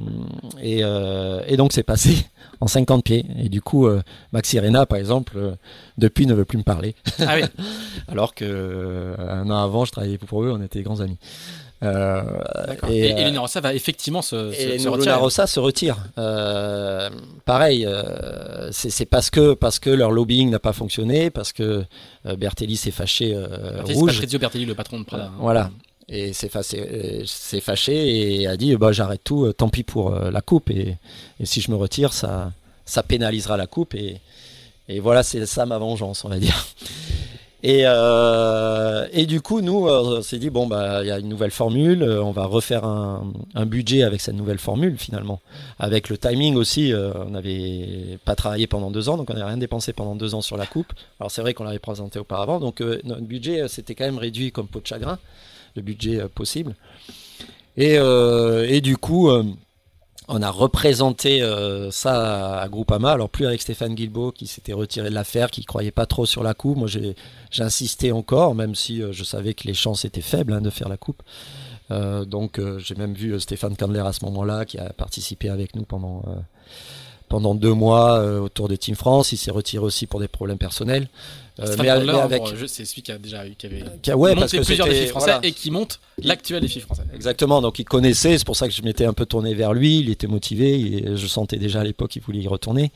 Et donc c'est passé en 50 pieds. Et du coup, Max Irena, par exemple, depuis ne veut plus me parler. Ah oui. Alors que un an avant, je travaillais pour eux, on était grands amis. Et Luna Rossa va effectivement se retirer. Luna Rossa se retire. Pareil, c'est parce que leur lobbying n'a pas fonctionné, parce que Bertelli s'est fâché. C'est Patrizio Bertelli, le patron de Prada. Hein. Voilà. Et s'est fâché et a dit j'arrête tout, tant pis pour la coupe. Et si je me retire, ça pénalisera la coupe. Et voilà, c'est ça ma vengeance, on va dire. Et du coup, nous, on s'est dit, il y a une nouvelle formule, on va refaire un budget avec cette nouvelle formule, finalement. Avec le timing aussi, on n'avait pas travaillé pendant 2 ans, donc on n'avait rien dépensé pendant 2 ans sur la coupe. Alors c'est vrai qu'on l'avait présenté auparavant, donc notre budget s'était quand même réduit comme peau de chagrin, le budget possible. Et du coup... on a représenté ça à Groupama, alors plus avec Stéphane Guilbault qui s'était retiré de l'affaire, qui ne croyait pas trop sur la coupe. Moi j'ai insisté encore, même si je savais que les chances étaient faibles de faire la coupe. Donc j'ai même vu Stéphane Candler à ce moment-là, qui a participé avec nous pendant 2 mois autour de Team France. Il s'est retiré aussi pour des problèmes personnels. C'est celui qui avait monté plusieurs défis français et qui monte l'actuel défi français. Exactement, donc il connaissait, c'est pour ça que je m'étais un peu tourné vers lui, il était motivé, et je sentais déjà à l'époque qu'il voulait y retourner.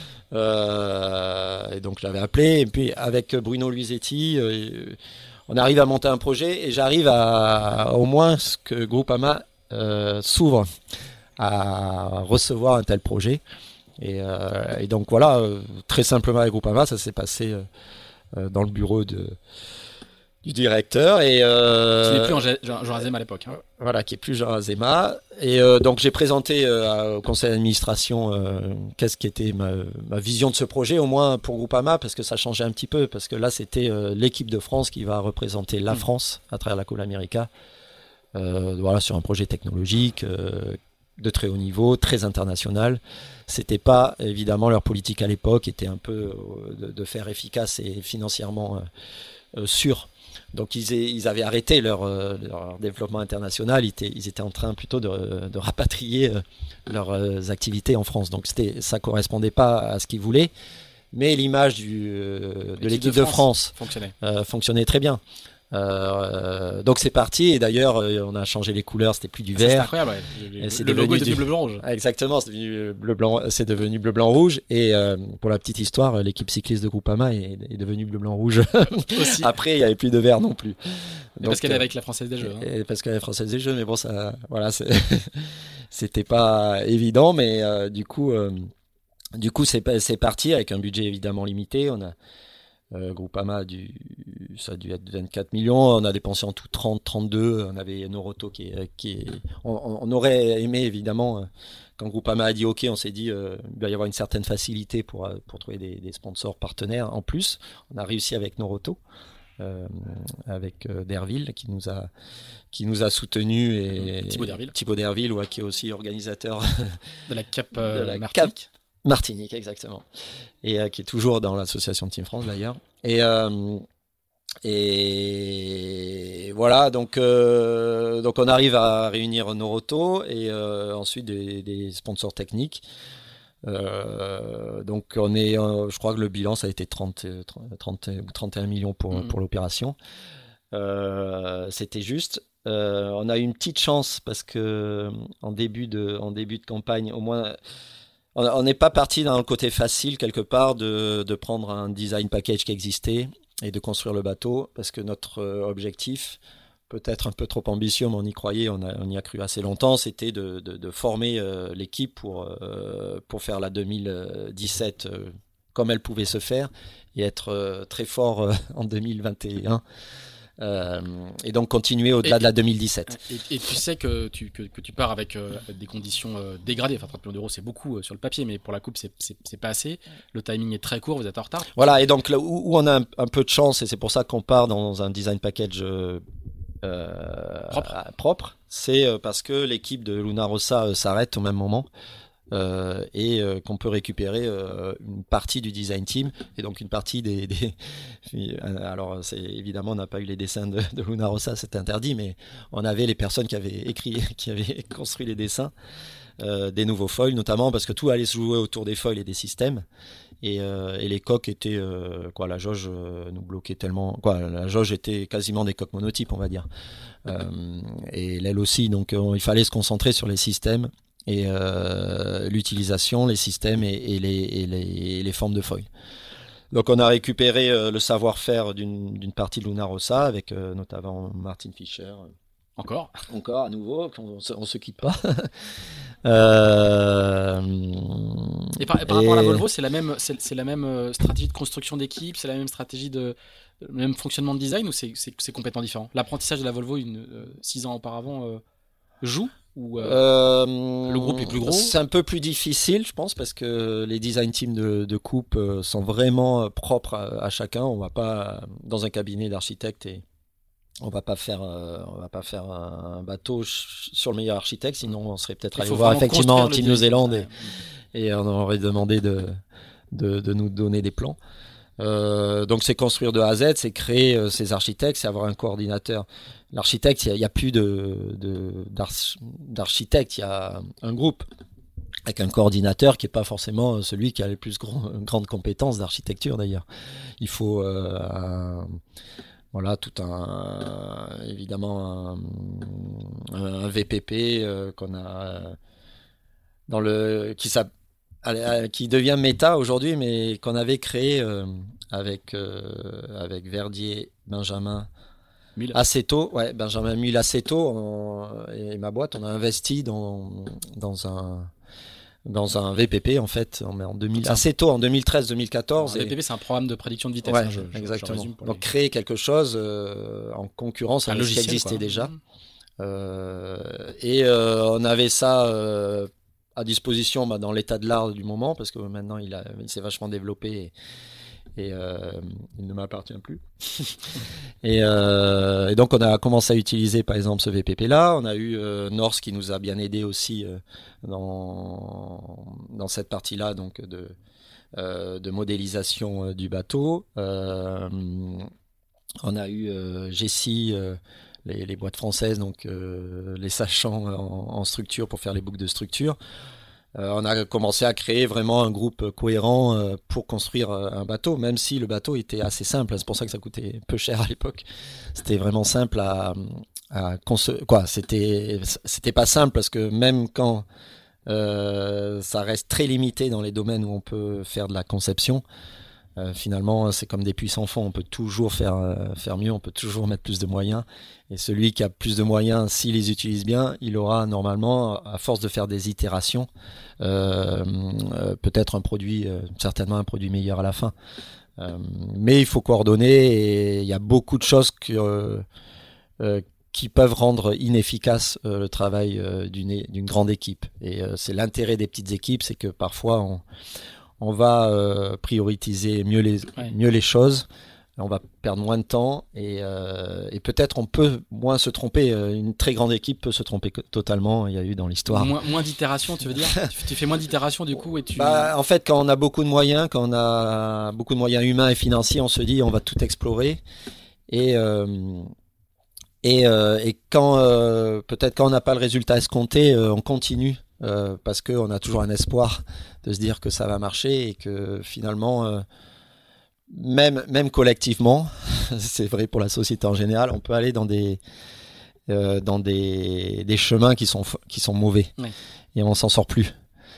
Et donc je l'avais appelé, et puis avec Bruno Luisetti, on arrive à monter un projet, et j'arrive à au moins ce que Groupama s'ouvre à recevoir un tel projet. Et donc voilà, très simplement avec Groupama, ça s'est passé dans le bureau du directeur. Et, qui n'est plus Jean Azéma à l'époque. Hein. Voilà, qui est plus Jean Azéma. Et donc j'ai présenté au conseil d'administration qu'est-ce qui était ma vision de ce projet, au moins pour Groupama, parce que ça changeait un petit peu, parce que là c'était l'équipe de France qui va représenter la France à travers la Copa América, voilà, sur un projet technologique de très haut niveau, très international. C'était pas, évidemment, leur politique à l'époque était un peu de faire efficace et financièrement sûr. Donc ils avaient arrêté leur développement international, ils étaient en train plutôt de rapatrier leurs activités en France. Donc ça correspondait pas à ce qu'ils voulaient, mais l'image de l'équipe de France fonctionnait très bien. Donc c'est parti, et d'ailleurs on a changé les couleurs, c'était plus du vert. C'est incroyable, ouais. Le logo est devenu bleu blanc rouge. Exactement, c'est devenu bleu blanc rouge. Et pour la petite histoire, l'équipe cycliste de Groupama est devenue bleu blanc rouge. Après, il n'y avait plus de vert non plus. Donc, parce qu'elle est avec la Française des Jeux. Hein. Et parce qu'elle est la Française des Jeux, mais bon, ça, voilà, c'était pas évident, mais du coup. Du coup, c'est parti avec un budget évidemment limité. On a Groupama, ça a dû être 24 millions. On a dépensé en tout 30, 32. On avait Noroto on aurait aimé évidemment, quand Groupama a dit OK, on s'est dit il va y avoir une certaine facilité pour trouver des sponsors partenaires en plus. On a réussi avec Noroto, avec Derville qui nous a soutenus, et Thibaut Derville, ouais, qui est aussi organisateur de la CAP Martinique, exactement, et qui est toujours dans l'association de Team France d'ailleurs. Et voilà, donc on arrive à réunir Noroto et ensuite des sponsors techniques. Donc je crois que le bilan ça a été 30 ou 31 millions pour l'opération. C'était juste. On a eu une petite chance parce que en début de campagne, au moins, on n'est pas parti dans le côté facile quelque part de prendre un design package qui existait et de construire le bateau, parce que notre objectif, peut-être un peu trop ambitieux, mais on y croyait, on y a cru assez longtemps, c'était de former l'équipe pour faire la 2017 comme elle pouvait se faire et être très fort en 2021. Et donc continuer au-delà de la 2017. Et tu sais que tu pars avec des conditions dégradées. Enfin, 30 millions d'euros, c'est beaucoup sur le papier, mais pour la coupe, c'est pas assez. Le timing est très court, vous êtes en retard. Voilà, et donc là où on a un peu de chance, et c'est pour ça qu'on part dans un design package propre, c'est parce que l'équipe de Luna Rossa s'arrête au même moment. Et qu'on peut récupérer une partie du design team, et donc une partie alors c'est évidemment on n'a pas eu les dessins de Luna Rossa, c'est interdit, mais on avait les personnes qui avaient construit les dessins des nouveaux foils, notamment parce que tout allait se jouer autour des foils et des systèmes, et les coques étaient la jauge nous bloquait tellement, la jauge était quasiment des coques monotypes, on va dire, et l'aile aussi, donc il fallait se concentrer sur les systèmes et l'utilisation, les systèmes et les formes de foil. Donc on a récupéré le savoir-faire d'une partie de Luna Rossa avec notamment Martin Fischer. Encore à nouveau, on se quitte pas. Et par rapport à la Volvo, c'est la même stratégie de construction d'équipe, c'est la même stratégie le même fonctionnement de design, ou c'est complètement différent? L'apprentissage de la Volvo 6 ans auparavant joue, ou le groupe est plus gros? C'est un peu plus difficile, je pense, parce que les design teams de coupe sont vraiment propres à chacun. On va pas dans un cabinet d'architecte et on va pas faire un bateau sur le meilleur architecte, sinon on serait peut-être allé voir effectivement Team New Zealand et on aurait demandé de nous donner des plans. Donc c'est construire de A à Z, c'est créer ces architectes, c'est avoir un coordinateur. L'architecte, il y a plus d'architectes, il y a un groupe avec un coordinateur qui est pas forcément celui qui a les plus grandes compétences d'architecture d'ailleurs. Il faut évidemment un VPP qu'on a qui devient méta aujourd'hui, mais qu'on avait créé avec Verdier, Benjamin Aceto, Benjamin Mule Aceto et ma boîte, on a investi dans un VPP en fait en 2013-2014. Un VPP, c'est un programme de prédiction de vitesse. Ouais, exactement. Donc créer quelque chose en concurrence avec ce qui existait déjà. Et on avait ça à disposition dans l'état de l'art du moment, parce que maintenant il s'est vachement développé et il ne m'appartient plus. et donc on a commencé à utiliser par exemple ce VPP là. On a eu Norse qui nous a bien aidé aussi dans cette partie là, donc de modélisation du bateau. On a eu Jessie, les boîtes françaises, donc les sachants en structure pour faire les boucles de structure. On a commencé à créer vraiment un groupe cohérent pour construire un bateau, même si le bateau était assez simple. C'est pour ça que ça coûtait peu cher à l'époque. C'était vraiment simple à c'était pas simple, parce que même quand ça reste très limité dans les domaines où on peut faire de la conception, Finalement, c'est comme des puits sans fond. On peut toujours faire mieux, on peut toujours mettre plus de moyens. Et celui qui a plus de moyens, s'il les utilise bien, il aura normalement, à force de faire des itérations, peut-être un produit, certainement un produit meilleur à la fin. Mais il faut coordonner et il y a beaucoup de choses qui peuvent rendre inefficace le travail d'une grande équipe. Et c'est l'intérêt des petites équipes, c'est que parfois on va prioriser mieux les choses, on va perdre moins de temps et peut-être on peut moins se tromper. Une très grande équipe peut se tromper totalement, il y a eu dans l'histoire. Moins d'itérations, tu veux dire? Tu fais moins d'itérations du coup et En fait, quand on a beaucoup de moyens, quand on a beaucoup de moyens humains et financiers, on se dit on va tout explorer. Et quand peut-être quand on n'a pas le résultat escompté, on continue parce qu'on a toujours un espoir de se dire que ça va marcher et que finalement, même collectivement, c'est vrai pour la société en général, on peut aller dans des chemins qui sont mauvais et on s'en sort plus.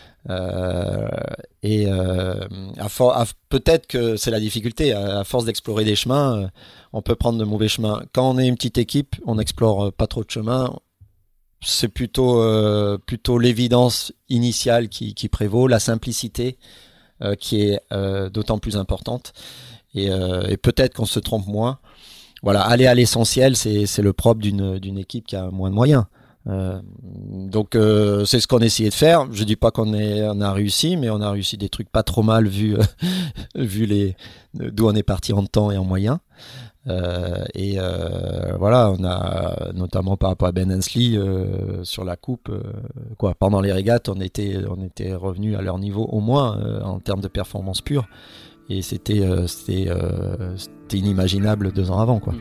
Peut-être que c'est la difficulté. À force d'explorer des chemins, on peut prendre de mauvais chemins. Quand on est une petite équipe, on n'explore pas trop de chemins. C'est plutôt l'évidence initiale qui prévaut, la simplicité qui est d'autant plus importante. Et peut-être qu'on se trompe moins. Voilà, aller à l'essentiel, c'est le propre d'une équipe qui a moins de moyens. Donc c'est ce qu'on a essayé de faire. Je dis pas qu'on a réussi, mais on a réussi des trucs pas trop mal vu d'où on est parti en temps et en moyens. Voilà, on a notamment par rapport à Ben Hensley sur la coupe, pendant les régates, on était revenu à leur niveau au moins en termes de performance pure. Et c'était inimaginable 2 ans avant, quoi.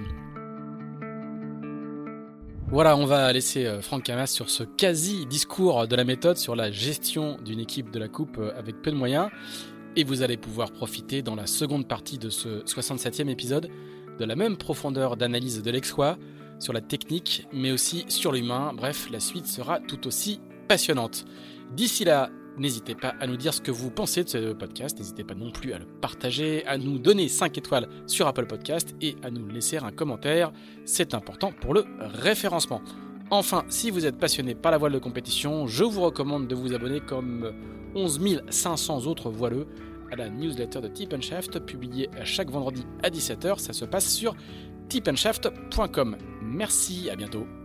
Voilà, on va laisser Franck Camas sur ce quasi-discours de la méthode sur la gestion d'une équipe de la coupe avec peu de moyens. Et vous allez pouvoir profiter dans la seconde partie de ce 67e épisode de la même profondeur d'analyse de l'exploit sur la technique, mais aussi sur l'humain. Bref, la suite sera tout aussi passionnante. D'ici là, n'hésitez pas à nous dire ce que vous pensez de ce podcast, n'hésitez pas non plus à le partager, à nous donner 5 étoiles sur Apple Podcast et à nous laisser un commentaire, c'est important pour le référencement. Enfin, si vous êtes passionné par la voile de compétition, je vous recommande de vous abonner comme 11 500 autres voileux à la newsletter de Tip & Shaft, publiée chaque vendredi à 17h, ça se passe sur tipandshaft.com. Merci, à bientôt.